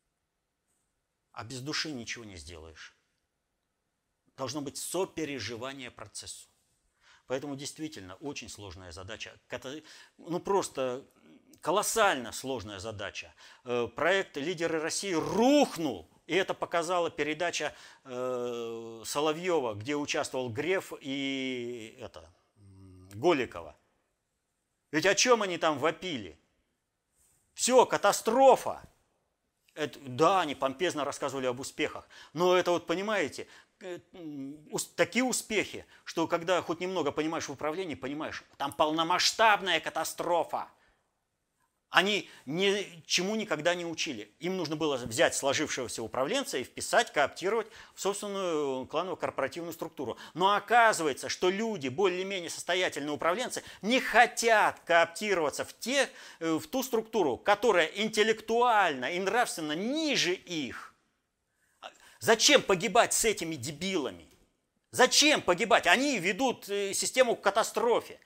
А без души ничего не сделаешь. Должно быть сопереживание процессу. Поэтому действительно очень сложная задача. Просто колоссально сложная задача. Проект «Лидеры России» рухнул. И это показала передача Соловьева, где участвовал Греф и Голикова. Ведь о чем они там вопили? Все, катастрофа. Да, они помпезно рассказывали об успехах. Но это понимаете, такие успехи, что когда хоть немного понимаешь в управлении, понимаешь, там полномасштабная катастрофа. Они ничему никогда не учили. Им нужно было взять сложившегося управленца и вписать, кооптировать в собственную клановую корпоративную структуру. Но оказывается, что люди, более-менее состоятельные управленцы, не хотят кооптироваться в ту структуру, которая интеллектуально и нравственно ниже их. Зачем погибать с этими дебилами? Зачем погибать? Они ведут систему к катастрофе.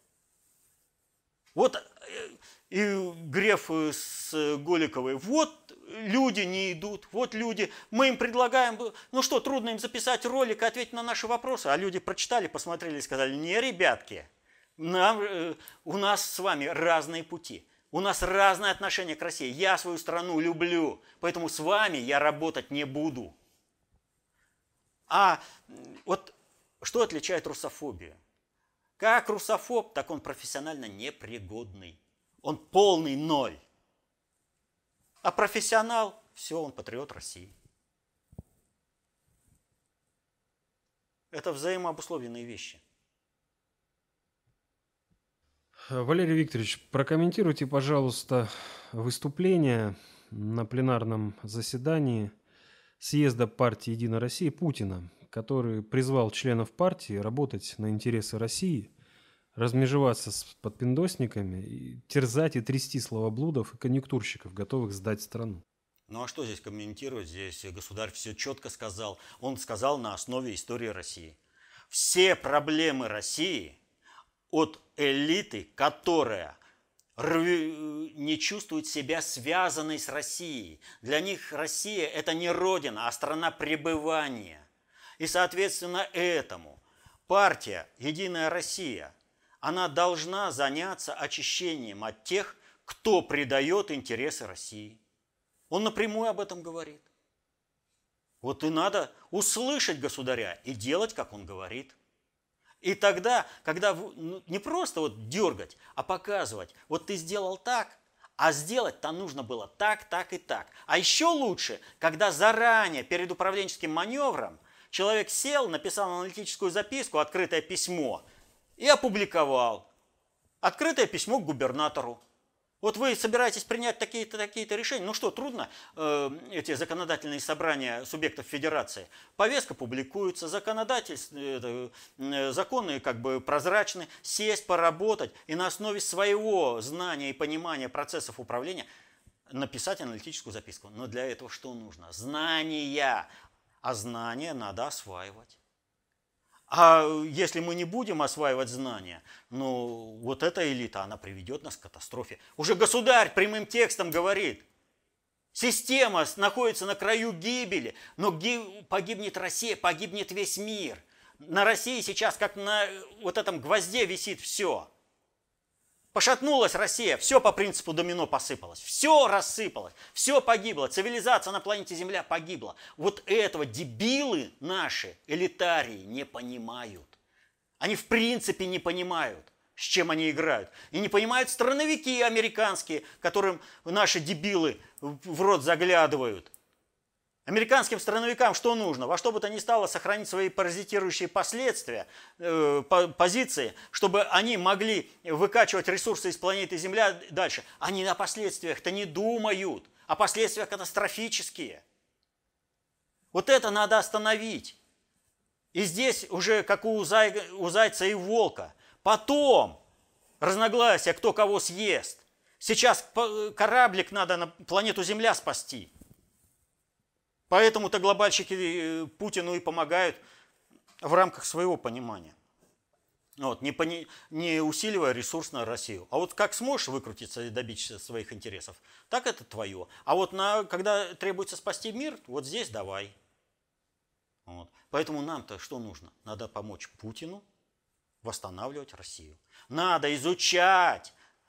Вот и Греф с Голиковой, вот люди не идут, вот люди, мы им предлагаем, ну что, трудно им записать ролик и ответить на наши вопросы, а люди прочитали, посмотрели и сказали, не, ребятки, у нас с вами разные пути, у нас разное отношение к России, я свою страну люблю, поэтому с вами я работать не буду. А вот что отличает русофобию? Как русофоб, так он профессионально непригодный. Он полный ноль. А профессионал, все, он патриот России. Это взаимообусловленные вещи. Валерий Викторович, прокомментируйте, пожалуйста, выступление на пленарном заседании съезда партии «Единая Россия» Путина, который призвал членов партии работать на интересы России, размежеваться с подпиндосниками, и терзать и трясти словоблудов и конъюнктурщиков, готовых сдать страну. Ну а что здесь комментировать? Здесь государь все четко сказал. Он сказал на основе истории России. Все проблемы России от элиты, которая не чувствует себя связанной с Россией. Для них Россия – это не родина, а страна пребывания. И, соответственно, этому партия «Единая Россия», она должна заняться очищением от тех, кто предает интересы России. Он напрямую об этом говорит. Вот и надо услышать государя и делать, как он говорит. И тогда, когда не просто вот дергать, а показывать, вот ты сделал так, а сделать-то нужно было так, так и так. А еще лучше, когда заранее перед управленческим маневром человек сел, написал аналитическую записку, открытое письмо и опубликовал. Открытое письмо к губернатору. Вот вы собираетесь принять такие-то решения. Ну что, трудно эти законодательные собрания субъектов федерации? Повестка публикуется, законы как бы прозрачны, сесть, поработать и на основе своего знания и понимания процессов управления написать аналитическую записку. Но для этого что нужно? Знания. А знания надо осваивать. А если мы не будем осваивать знания, ну вот эта элита, она приведет нас к катастрофе. Уже государь прямым текстом говорит, система находится на краю гибели, но погибнет Россия, погибнет весь мир. На России сейчас как на вот этом гвозде висит все. Пошатнулась Россия, все по принципу домино посыпалось, все рассыпалось, все погибло, цивилизация на планете Земля погибла. Вот этого дебилы наши, элитарии, не понимают. Они в принципе не понимают, с чем они играют. И не понимают страновики американские, которым наши дебилы в рот заглядывают. Американским страновикам что нужно? Во что бы то ни стало сохранить свои паразитирующие последствия, позиции, чтобы они могли выкачивать ресурсы из планеты Земля дальше. Они о последствиях-то не думают, а последствия катастрофические. Вот это надо остановить. И здесь уже как у зайца и волка. Потом разногласия, кто кого съест. Сейчас кораблик надо на планету Земля спасти. Поэтому-то глобальщики Путину и помогают в рамках своего понимания. Вот, не усиливая ресурс на Россию. А вот как сможешь выкрутиться и добиться своих интересов, так это твое. А вот когда требуется спасти мир, вот здесь давай. Вот. Поэтому нам-то что нужно? Надо помочь Путину восстанавливать Россию. Надо изучать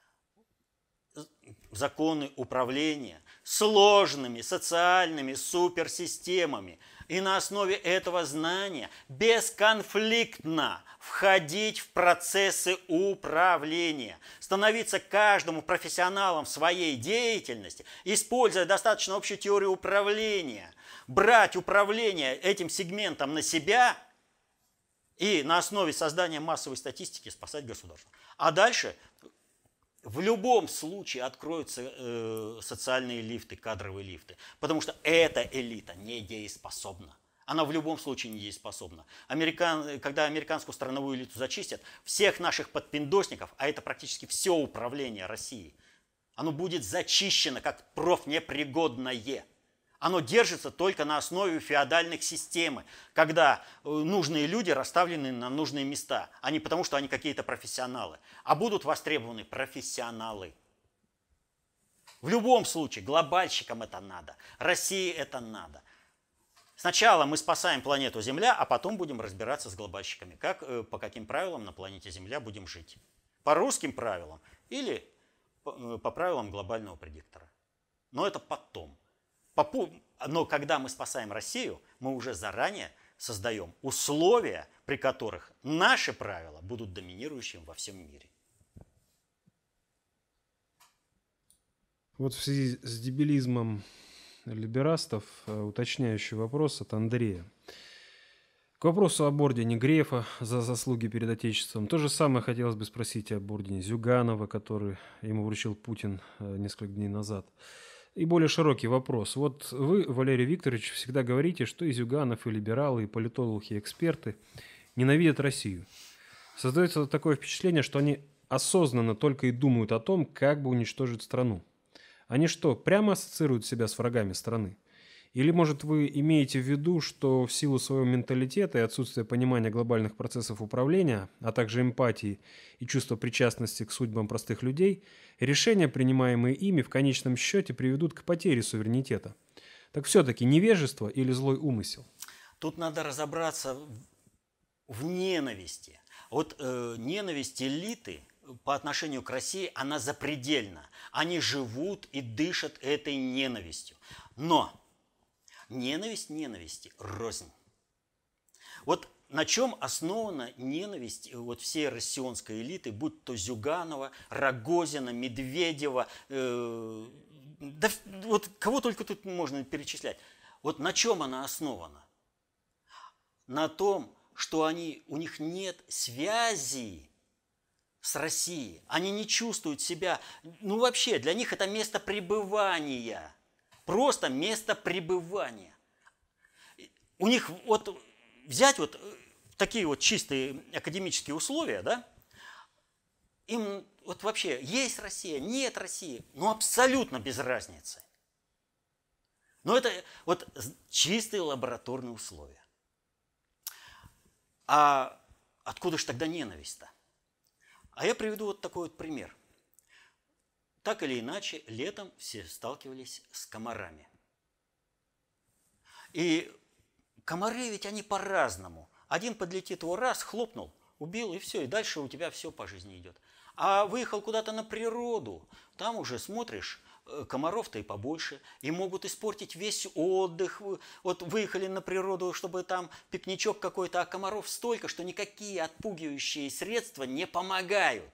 законы управления сложными социальными суперсистемами. И на основе этого знания бесконфликтно входить в процессы управления, становиться каждому профессионалом в своей деятельности, используя достаточно общую теорию управления, брать управление этим сегментом на себя и на основе создания массовой статистики спасать государство. А дальше в любом случае откроются социальные лифты, кадровые лифты, потому что эта элита недееспособна. Она в любом случае недееспособна. Когда американскую страновую элиту зачистят, всех наших подпиндосников, а это практически все управление Россией, оно будет зачищено как профнепригодное. Оно держится только на основе феодальных систем, когда нужные люди расставлены на нужные места, а не потому, что они какие-то профессионалы, а будут востребованы профессионалы. В любом случае, глобальщикам это надо, России это надо. Сначала мы спасаем планету Земля, а потом будем разбираться с глобальщиками, по каким правилам на планете Земля будем жить. По русским правилам или по правилам глобального предиктора. Но это потом. Но когда мы спасаем Россию, мы уже заранее создаем условия, при которых наши правила будут доминирующими во всем мире. Вот в связи с дебилизмом либерастов уточняющий вопрос от Андрея. К вопросу об ордене Грефа за заслуги перед Отечеством. То же самое хотелось бы спросить об ордене Зюганова, который ему вручил Путин несколько дней назад. И более широкий вопрос. Вот вы, Валерий Викторович, всегда говорите, что и Зюганов, и либералы, и политологи, и эксперты ненавидят Россию. Создается такое впечатление, что они осознанно только и думают о том, как бы уничтожить страну. Они что, прямо ассоциируют себя с врагами страны? Или, может, вы имеете в виду, что в силу своего менталитета и отсутствия понимания глобальных процессов управления, а также эмпатии и чувства причастности к судьбам простых людей, решения, принимаемые ими, в конечном счете приведут к потере суверенитета? Так все-таки невежество или злой умысел? Тут надо разобраться в ненависти. Вот ненависть элиты по отношению к России, она запредельна. Они живут и дышат этой ненавистью. Но ненависть ненависти рознь. Вот на чем основана ненависть вот всей россионской элиты, будь то Зюганова, Рогозина, Медведева, да вот кого только тут можно перечислять. Вот на чем она основана? На том, что у них нет связи с Россией. Они не чувствуют себя, вообще, для них это место пребывания. Просто место пребывания. У них взять такие чистые академические условия, да, им вообще есть Россия, нет России, абсолютно без разницы. Но это чистые лабораторные условия. А откуда же тогда ненависть-то? А я приведу такой пример. Так или иначе, летом все сталкивались с комарами. И комары ведь они по-разному. Один подлетит, его раз, хлопнул, убил, и все, и дальше у тебя все по жизни идет. А выехал куда-то на природу, там уже смотришь, комаров-то и побольше, и могут испортить весь отдых. Вот выехали на природу, чтобы там пикничок какой-то, а комаров столько, что никакие отпугивающие средства не помогают.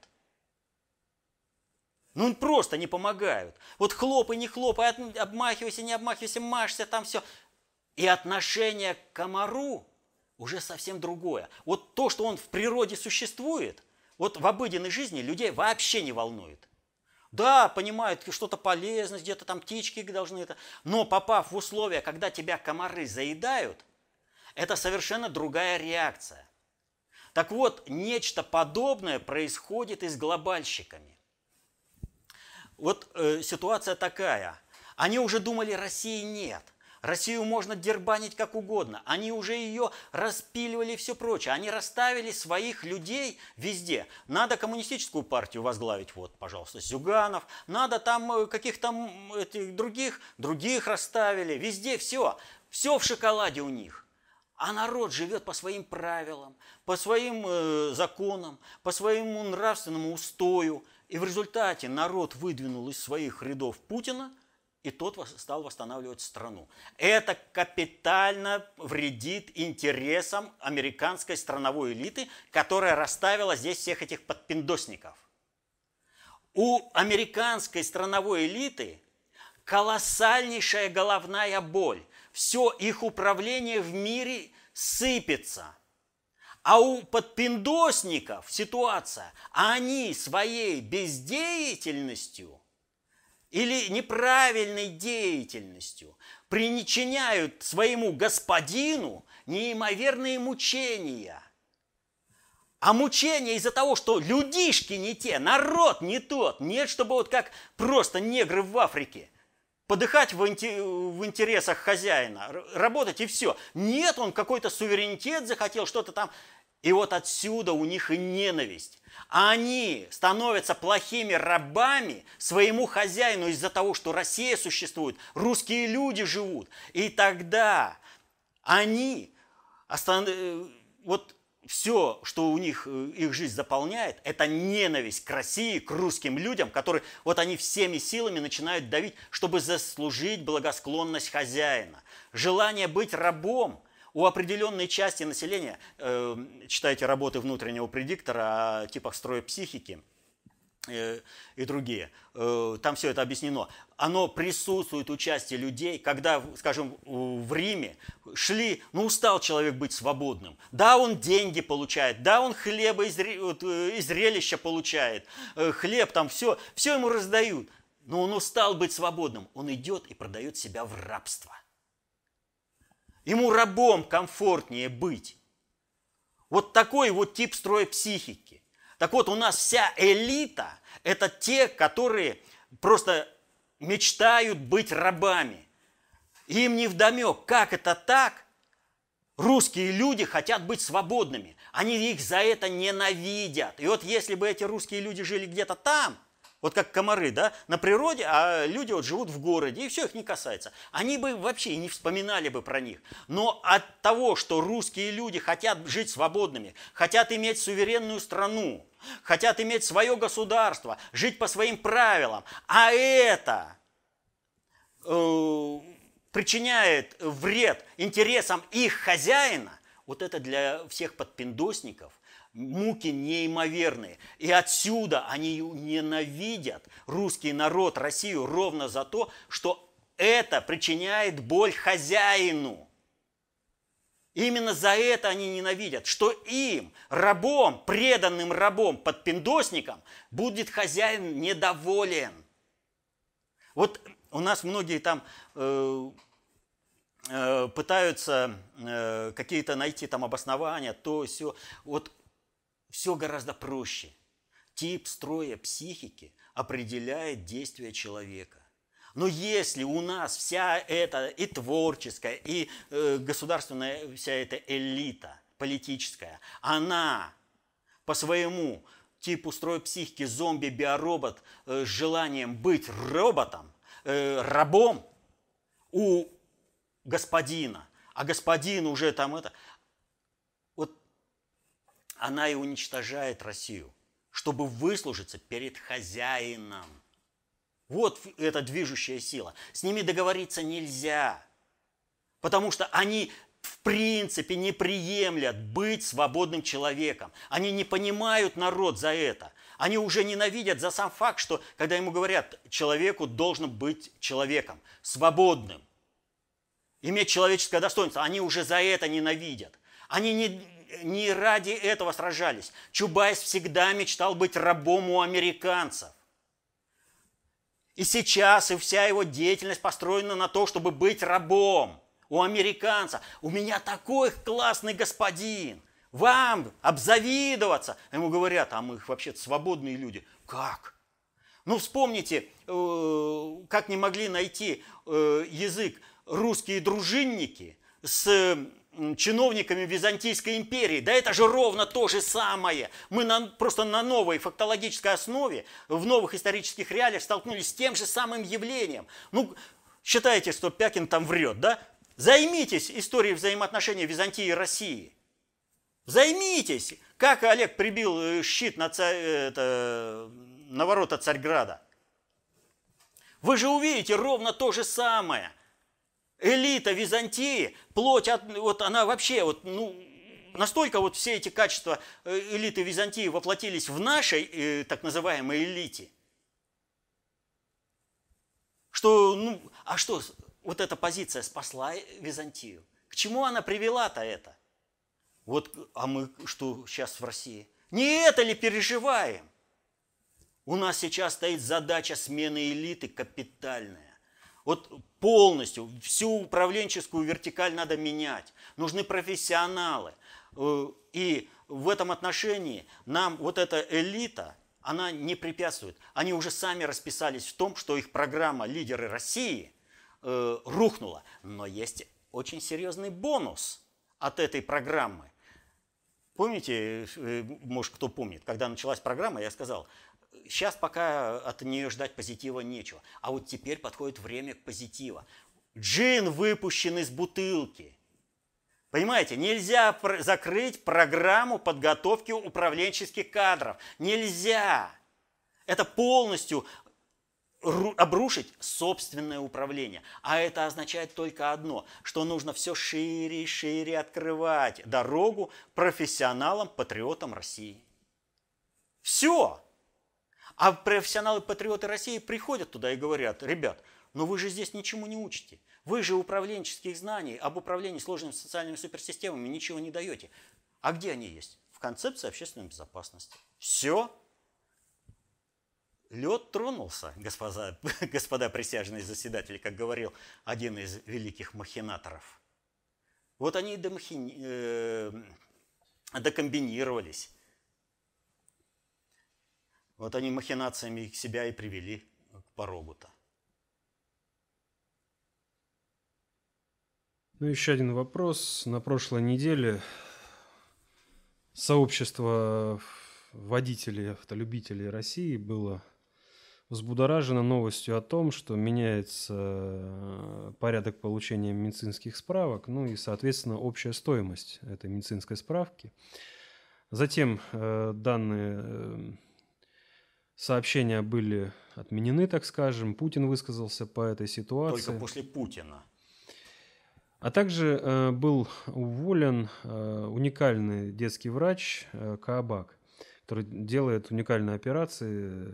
Просто не помогают. Вот хлопай, не хлопай, обмахивайся, не обмахивайся, машься, там все. И отношение к комару уже совсем другое. Вот то, что он в природе существует, в обыденной жизни людей вообще не волнует. Да, понимают, что-то полезно, где-то там птички должны это. Но попав в условия, когда тебя комары заедают, это совершенно другая реакция. Так вот, нечто подобное происходит и с глобальщиками. Ситуация такая. Они уже думали, России нет. Россию можно дербанить как угодно. Они уже ее распиливали и все прочее. Они расставили своих людей везде. Надо коммунистическую партию возглавить, пожалуйста, Зюганов. Надо там каких-то других расставили. Везде все. Все в шоколаде у них. А народ живет по своим правилам, по своим законам, по своему нравственному устою. И в результате народ выдвинул из своих рядов Путина, и тот стал восстанавливать страну. Это капитально вредит интересам американской страновой элиты, которая расставила здесь всех этих подпиндосников. У американской страновой элиты колоссальнейшая головная боль. Все их управление в мире сыпется. А у подпиндосников ситуация, они своей бездеятельностью или неправильной деятельностью причиняют своему господину неимоверные мучения. А мучения из-за того, что людишки не те, народ не тот. Нет, чтобы вот как просто негры в Африке. Подыхать в интересах хозяина, работать и все. Нет, он какой-то суверенитет захотел, что-то там. И вот отсюда у них и ненависть. А они становятся плохими рабами своему хозяину из-за того, что Россия существует, русские люди живут. И тогда они, вот все, что у них, их жизнь заполняет, это ненависть к России, к русским людям, которые вот они всеми силами начинают давить, чтобы заслужить благосклонность хозяина. Желание быть рабом у определенной части населения, читайте работы внутреннего предиктора о типах строя психики и другие, там все это объяснено. Оно присутствует у части людей, когда, скажем, в Риме шли, устал человек быть свободным. Да, он деньги получает, да, он хлеба и зрелища получает, хлеб там, все ему раздают. Но он устал быть свободным, он идет и продает себя в рабство. Ему рабом комфортнее быть. Вот такой вот тип строя психики. Так вот, у нас вся элита – это те, которые просто мечтают быть рабами. Им невдомек, как это так. Русские люди хотят быть свободными. Они их за это ненавидят. И вот если бы эти русские люди жили где-то там, вот как комары, да, на природе, а люди вот живут в городе, и все их не касается. Они бы вообще и не вспоминали бы про них. Но от того, что русские люди хотят жить свободными, хотят иметь суверенную страну, хотят иметь свое государство, жить по своим правилам, а это причиняет вред интересам их хозяина, вот это для всех подпиндосников муки неимоверные. И отсюда они ненавидят русский народ, Россию ровно за то, что это причиняет боль хозяину. Именно за это они ненавидят, что им, рабом, преданным рабом, подпиндосникам, будет хозяин недоволен. Вот у нас многие там пытаются какие-то найти там обоснования, то все. Вот все гораздо проще. Тип строя психики определяет действия человека. Но если у нас вся эта и творческая, и государственная вся эта элита политическая, она по своему типу строя психики зомби-биоробот с желанием быть роботом, рабом у господина, а господин уже там это... Вот она и уничтожает Россию, чтобы выслужиться перед хозяином. Вот эта движущая сила. С ними договориться нельзя, потому что они в принципе не приемлят быть свободным человеком. Они не понимают народ за это. Они уже ненавидят за сам факт, что когда ему говорят, человеку должно быть человеком, свободным, иметь человеческое достоинство, они уже за это ненавидят. Они не ради этого сражались. Чубайс всегда мечтал быть рабом у американцев. И сейчас и вся его деятельность построена на то, чтобы быть рабом у американца. У меня такой классный господин. Вам обзавидоваться. Ему говорят, а мы вообще-то свободные люди. Как? Ну, вспомните, как не могли найти язык русские дружинники с чиновниками Византийской империи. Да это же ровно то же самое. Мы просто на новой фактологической основе, в новых исторических реалиях столкнулись с тем же самым явлением. Ну, считаете, что Пякин там врет, да? Займитесь историей взаимоотношений Византии и России. Займитесь. Как Олег прибил щит на ворота Царьграда. Вы же увидите ровно то же самое. Элита Византии, плоть, вот она вообще, вот, ну, настолько вот все эти качества элиты Византии воплотились в нашей так называемой элите, что, ну, а что, вот эта позиция спасла Византию? К чему она привела-то это? Вот, а мы что сейчас в России? Не это ли переживаем? У нас сейчас стоит задача смены элиты капитальная. Вот полностью всю управленческую вертикаль надо менять. Нужны профессионалы. И в этом отношении нам вот эта элита, она не препятствует. Они уже сами расписались в том, что их программа «Лидеры России» рухнула. Но есть очень серьезный бонус от этой программы. Помните, может, кто помнит, когда началась программа, я сказал, сейчас пока от нее ждать позитива нечего. А вот теперь подходит время позитива. Джин выпущен из бутылки. Понимаете, нельзя закрыть программу подготовки управленческих кадров. Нельзя. Это полностью обрушить собственное управление. А это означает только одно, что нужно все шире и шире открывать дорогу профессионалам, патриотам России. Все. А профессионалы-патриоты России приходят туда и говорят, ребят, но вы же здесь ничему не учите. Вы же управленческих знаний об управлении сложными социальными суперсистемами ничего не даете. А где они есть? В концепции общественной безопасности. Все. Лед тронулся, господа присяжные заседатели, как говорил один из великих махинаторов. Вот они докомбинировались. Вот они махинациями себя и привели к порогу-то. Ну, еще один вопрос. На прошлой неделе сообщество водителей, автолюбителей России было взбудоражено новостью о том, что меняется порядок получения медицинских справок, ну и, соответственно, общая стоимость этой медицинской справки. Затем данные сообщения были отменены, так скажем. Путин высказался по этой ситуации. Только после Путина. А также был уволен уникальный детский врач Каабак, который делает уникальные операции.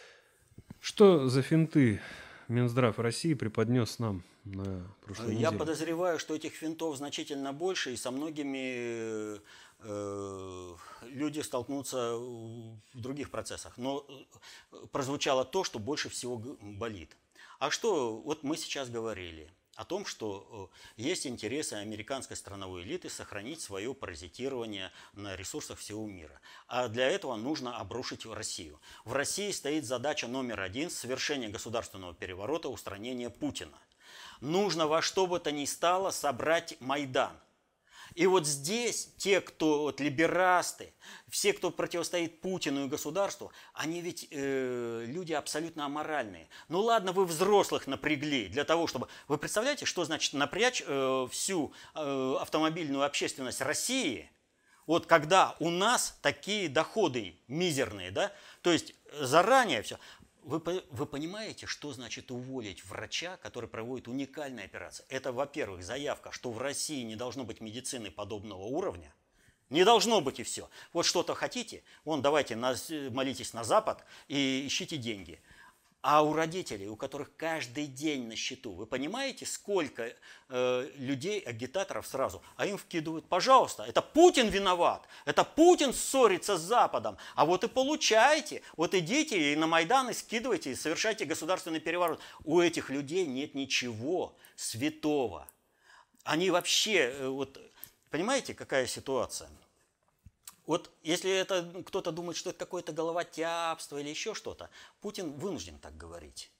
Что за финты Минздрав России преподнес нам на прошлой неделе? Я подозреваю, что этих финтов значительно больше, и со многими люди столкнутся в других процессах. Но прозвучало то, что больше всего болит. А что, вот мы сейчас говорили о том, что есть интересы американской страновой элиты сохранить свое паразитирование на ресурсах всего мира. А для этого нужно обрушить Россию. В России стоит задача номер один – совершение государственного переворота, устранение Путина. Нужно во что бы то ни стало собрать Майдан. И вот здесь те, кто вот, либерасты, все, кто противостоит Путину и государству, они ведь люди абсолютно аморальные. Ну ладно, вы взрослых напрягли для того, чтобы... Вы представляете, что значит напрячь всю автомобильную общественность России, вот когда у нас такие доходы мизерные, да? То есть заранее все... Вы понимаете, что значит уволить врача, который проводит уникальные операции? Это, во-первых, заявка, что в России не должно быть медицины подобного уровня. Не должно быть и все. Вот что-то хотите, вон давайте молитесь на Запад и ищите деньги. А у родителей, у которых каждый день на счету, вы понимаете, сколько людей, агитаторов сразу, а им вкидывают, пожалуйста, это Путин виноват, это Путин ссорится с Западом, а вот и получайте, вот идите и на Майдан и скидывайте, и совершайте государственный переворот. У этих людей нет ничего святого. Они вообще, вот, понимаете, какая ситуация? Вот если это кто-то думает, что это какое-то головотяпство или еще что-то, Путин вынужден так говорить.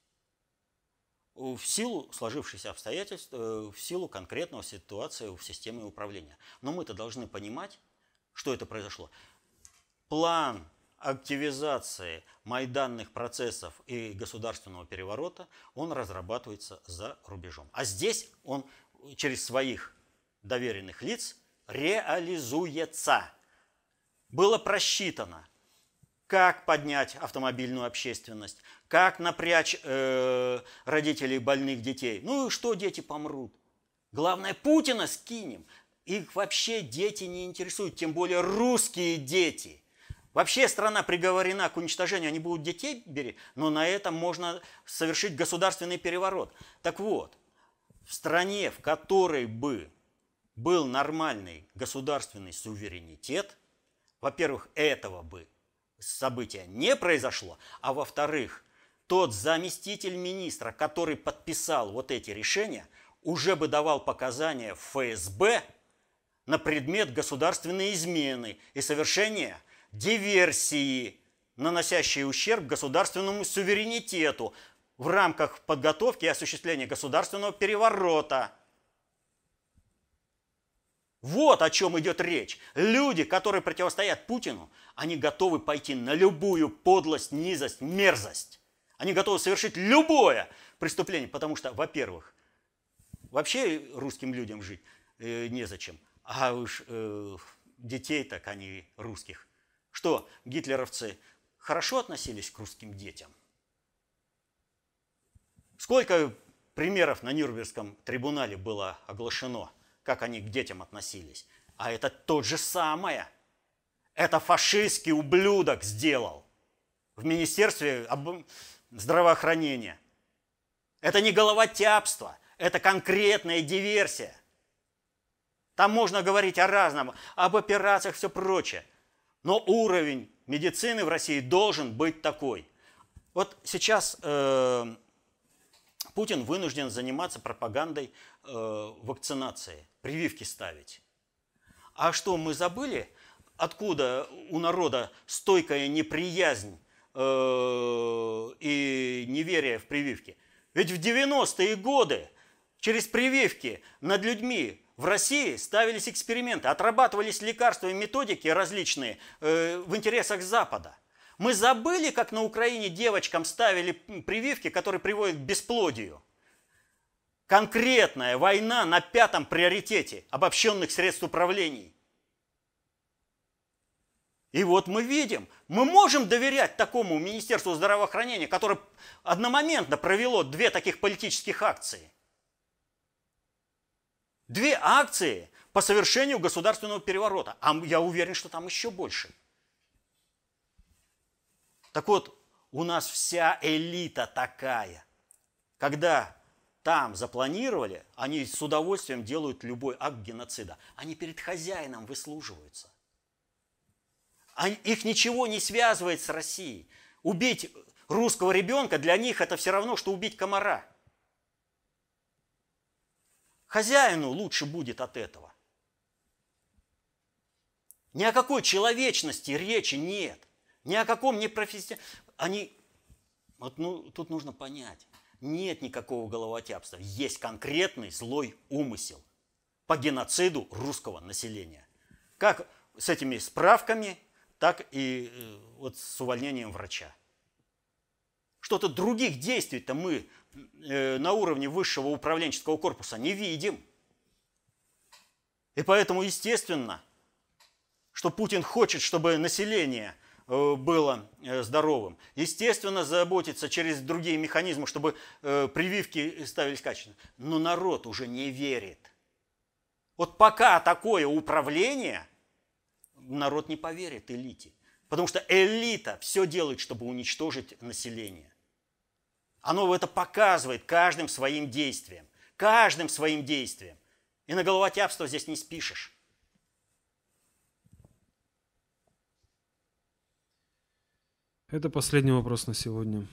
В силу сложившихся обстоятельств, в силу конкретного ситуации в системе управления. Но мы-то должны понимать, что это произошло. План активизации майданных процессов и государственного переворота, он разрабатывается за рубежом. А здесь он через своих доверенных лиц реализуется. Было просчитано, как поднять автомобильную общественность, как напрячь родителей больных детей. Ну и что дети помрут? Главное, Путина скинем. Их вообще дети не интересуют, тем более русские дети. Вообще страна приговорена к уничтожению, они будут детей беречь, но на этом можно совершить государственный переворот. Так вот, в стране, в которой бы был нормальный государственный суверенитет, во-первых, этого бы события не произошло, а во-вторых, тот заместитель министра, который подписал вот эти решения, уже бы давал показания в ФСБ на предмет государственной измены и совершения диверсии, наносящей ущерб государственному суверенитету в рамках подготовки и осуществления государственного переворота. Вот о чем идет речь. Люди, которые противостоят Путину, они готовы пойти на любую подлость, низость, мерзость. Они готовы совершить любое преступление, потому что, во-первых, вообще русским людям жить незачем, а уж детей так они русских. Что, гитлеровцы хорошо относились к русским детям? Сколько примеров на Нюрнбергском трибунале было оглашено, как они к детям относились? А это то же самое. Это фашистский ублюдок сделал в Министерстве здравоохранения. Это не головотяпство, это конкретная диверсия. Там можно говорить о разном, об операциях, все прочее. Но уровень медицины в России должен быть такой. Вот сейчас Путин вынужден заниматься пропагандой вакцинации, прививки ставить. А что, мы забыли, откуда у народа стойкая неприязнь и неверие в прививки? Ведь в 90-е годы через прививки над людьми в России ставились эксперименты, отрабатывались лекарства и методики различные в интересах Запада. Мы забыли, как на Украине девочкам ставили прививки, которые приводят к бесплодию. Конкретная война на 5-м приоритете обобщенных средств управления. И вот мы видим, мы можем доверять такому Министерству здравоохранения, которое одномоментно провело 2 таких политических акции. 2 акции по совершению государственного переворота. А я уверен, что там еще больше. Так вот, у нас вся элита такая. Когда там запланировали, они с удовольствием делают любой акт геноцида. Они перед хозяином выслуживаются. Их ничего не связывает с Россией. Убить русского ребенка для них это все равно, что убить комара. Хозяину лучше будет от этого. Ни о какой человечности речи нет. Ни о каком непрофессионализме. Тут нужно понять. Нет никакого головотяпства. Есть конкретный злой умысел по геноциду русского населения. Как с этими справками, так и вот с увольнением врача. Что-то других действий-то мы на уровне высшего управленческого корпуса не видим. И поэтому естественно, что Путин хочет, чтобы население было здоровым. Естественно, заботится через другие механизмы, чтобы прививки ставились качественно. Но народ уже не верит. Вот пока такое управление, народ не поверит элите. Потому что элита все делает, чтобы уничтожить население. Оно это показывает каждым своим действием. Каждым своим действием. И на головотяпство здесь не спишешь. Это последний вопрос на сегодня.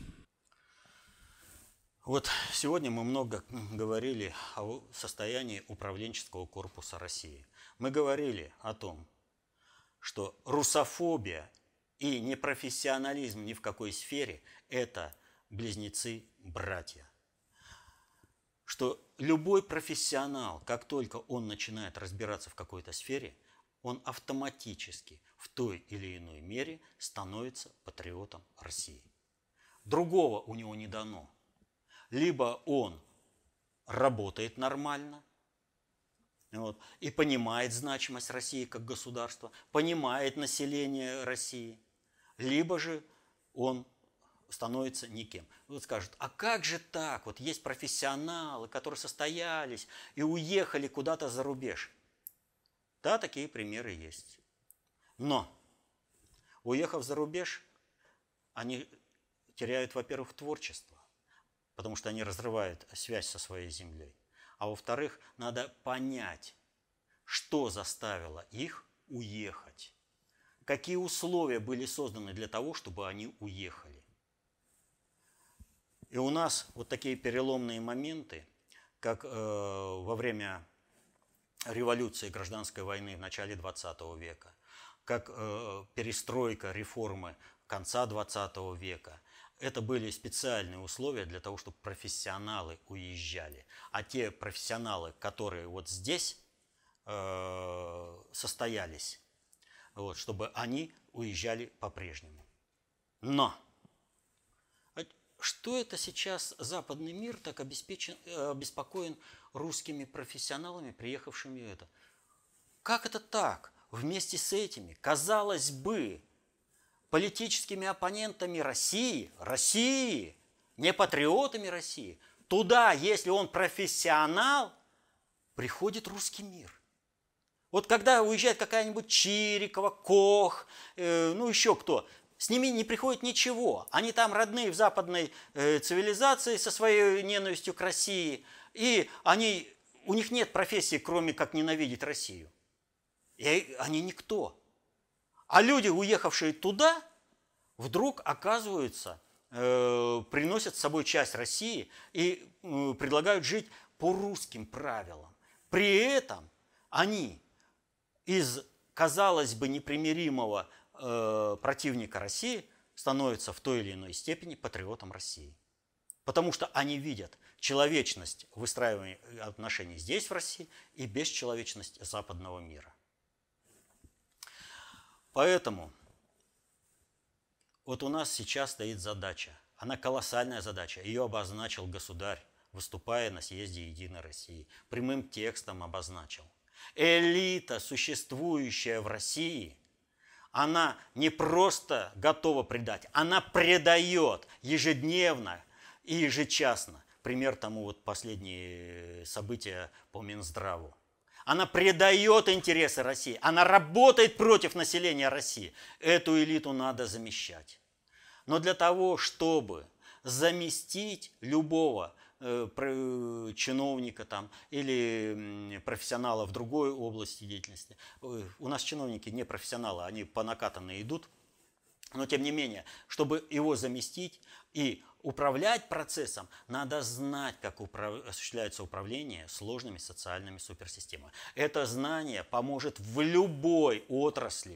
Вот сегодня мы много говорили о состоянии управленческого корпуса России. Мы говорили о том, что русофобия и непрофессионализм ни в какой сфере – это близнецы-братья. Что любой профессионал, как только он начинает разбираться в какой-то сфере, он автоматически в той или иной мере становится патриотом России. Другого у него не дано. Либо он работает нормально и понимает значимость России как государства, понимает население России, либо же он становится никем. Вот скажут, а как же так? Вот есть профессионалы, которые состоялись и уехали куда-то за рубеж. Да, такие примеры есть. Но, уехав за рубеж, они теряют, во-первых, творчество, потому что они разрывают связь со своей землей. А во-вторых, надо понять, что заставило их уехать? Какие условия были созданы для того, чтобы они уехали? И у нас вот такие переломные моменты, как во время революции, гражданской войны в начале 20 века, как перестройка, реформы конца 20 века. Это были специальные условия для того, чтобы профессионалы уезжали. А те профессионалы, которые вот здесь состоялись, вот, чтобы они уезжали по-прежнему. Но что это сейчас западный мир так обеспокоен русскими профессионалами, приехавшими в это? Как это так? Вместе с этими, казалось бы, политическими оппонентами России, не патриотами России, туда, если он профессионал, приходит русский мир. Вот когда уезжает какая-нибудь Чирикова, Кох, еще кто, с ними не приходит ничего. Они там родные в западной цивилизации со своей ненавистью к России, и у них нет профессии, кроме как ненавидеть Россию. И они никто. А люди, уехавшие туда, вдруг оказываются, приносят с собой часть России и предлагают жить по русским правилам. При этом они из, казалось бы, непримиримого противника России становятся в той или иной степени патриотом России. Потому что они видят человечность выстраивания отношений здесь, в России, и бесчеловечность западного мира. Поэтому вот у нас сейчас стоит задача. Она колоссальная задача. Ее обозначил государь, выступая на съезде Единой России. Прямым текстом обозначил. Элита, существующая в России, она не просто готова предать, она предает ежедневно и ежечасно. Пример тому вот последние события по Минздраву. Она предает интересы России, она работает против населения России. Эту элиту надо замещать. Но для того, чтобы заместить любого чиновника там, или профессионала в другой области деятельности, у нас чиновники не профессионалы, они по накатанной идут, но тем не менее, чтобы его заместить и управлять процессом, надо знать, как осуществляется управление сложными социальными суперсистемами. Это знание поможет в любой отрасли,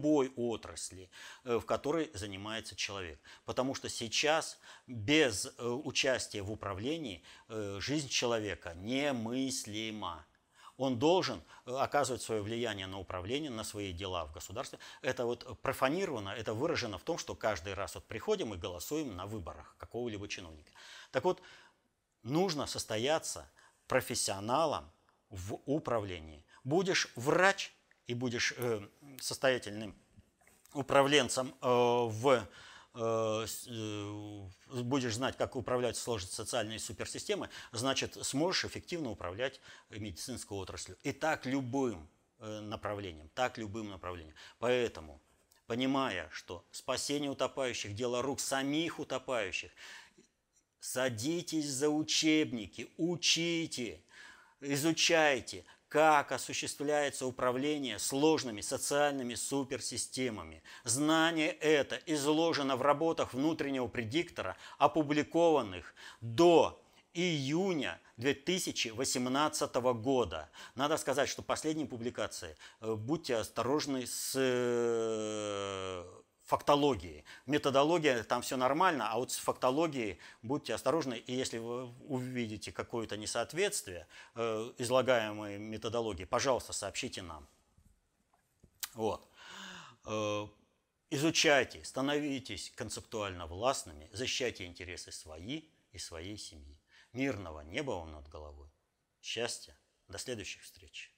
в которой занимается человек. Потому что сейчас без участия в управлении жизнь человека немыслима. Он должен оказывать свое влияние на управление, на свои дела в государстве. Это вот профанировано, это выражено в том, что каждый раз вот приходим и голосуем на выборах какого-либо чиновника. Так вот, нужно состояться профессионалом в управлении. Будешь врач и будешь состоятельным управленцем будешь знать, как управлять сложной социальной суперсистемой, значит, сможешь эффективно управлять медицинской отраслью. И так любым направлением, Поэтому, понимая, что спасение утопающих – дело рук самих утопающих, садитесь за учебники, учите, изучайте, как осуществляется управление сложными социальными суперсистемами. Знание это изложено в работах внутреннего предиктора, опубликованных до июня 2018 года. Надо сказать, что последние публикации, будьте осторожны с фактологией. Методология, там все нормально, а вот с фактологией будьте осторожны. И если вы увидите какое-то несоответствие излагаемой методологии, пожалуйста, сообщите нам. Вот. Изучайте, становитесь концептуально властными, защищайте интересы свои и своей семьи. Мирного неба вам над головой. Счастья. До следующих встреч.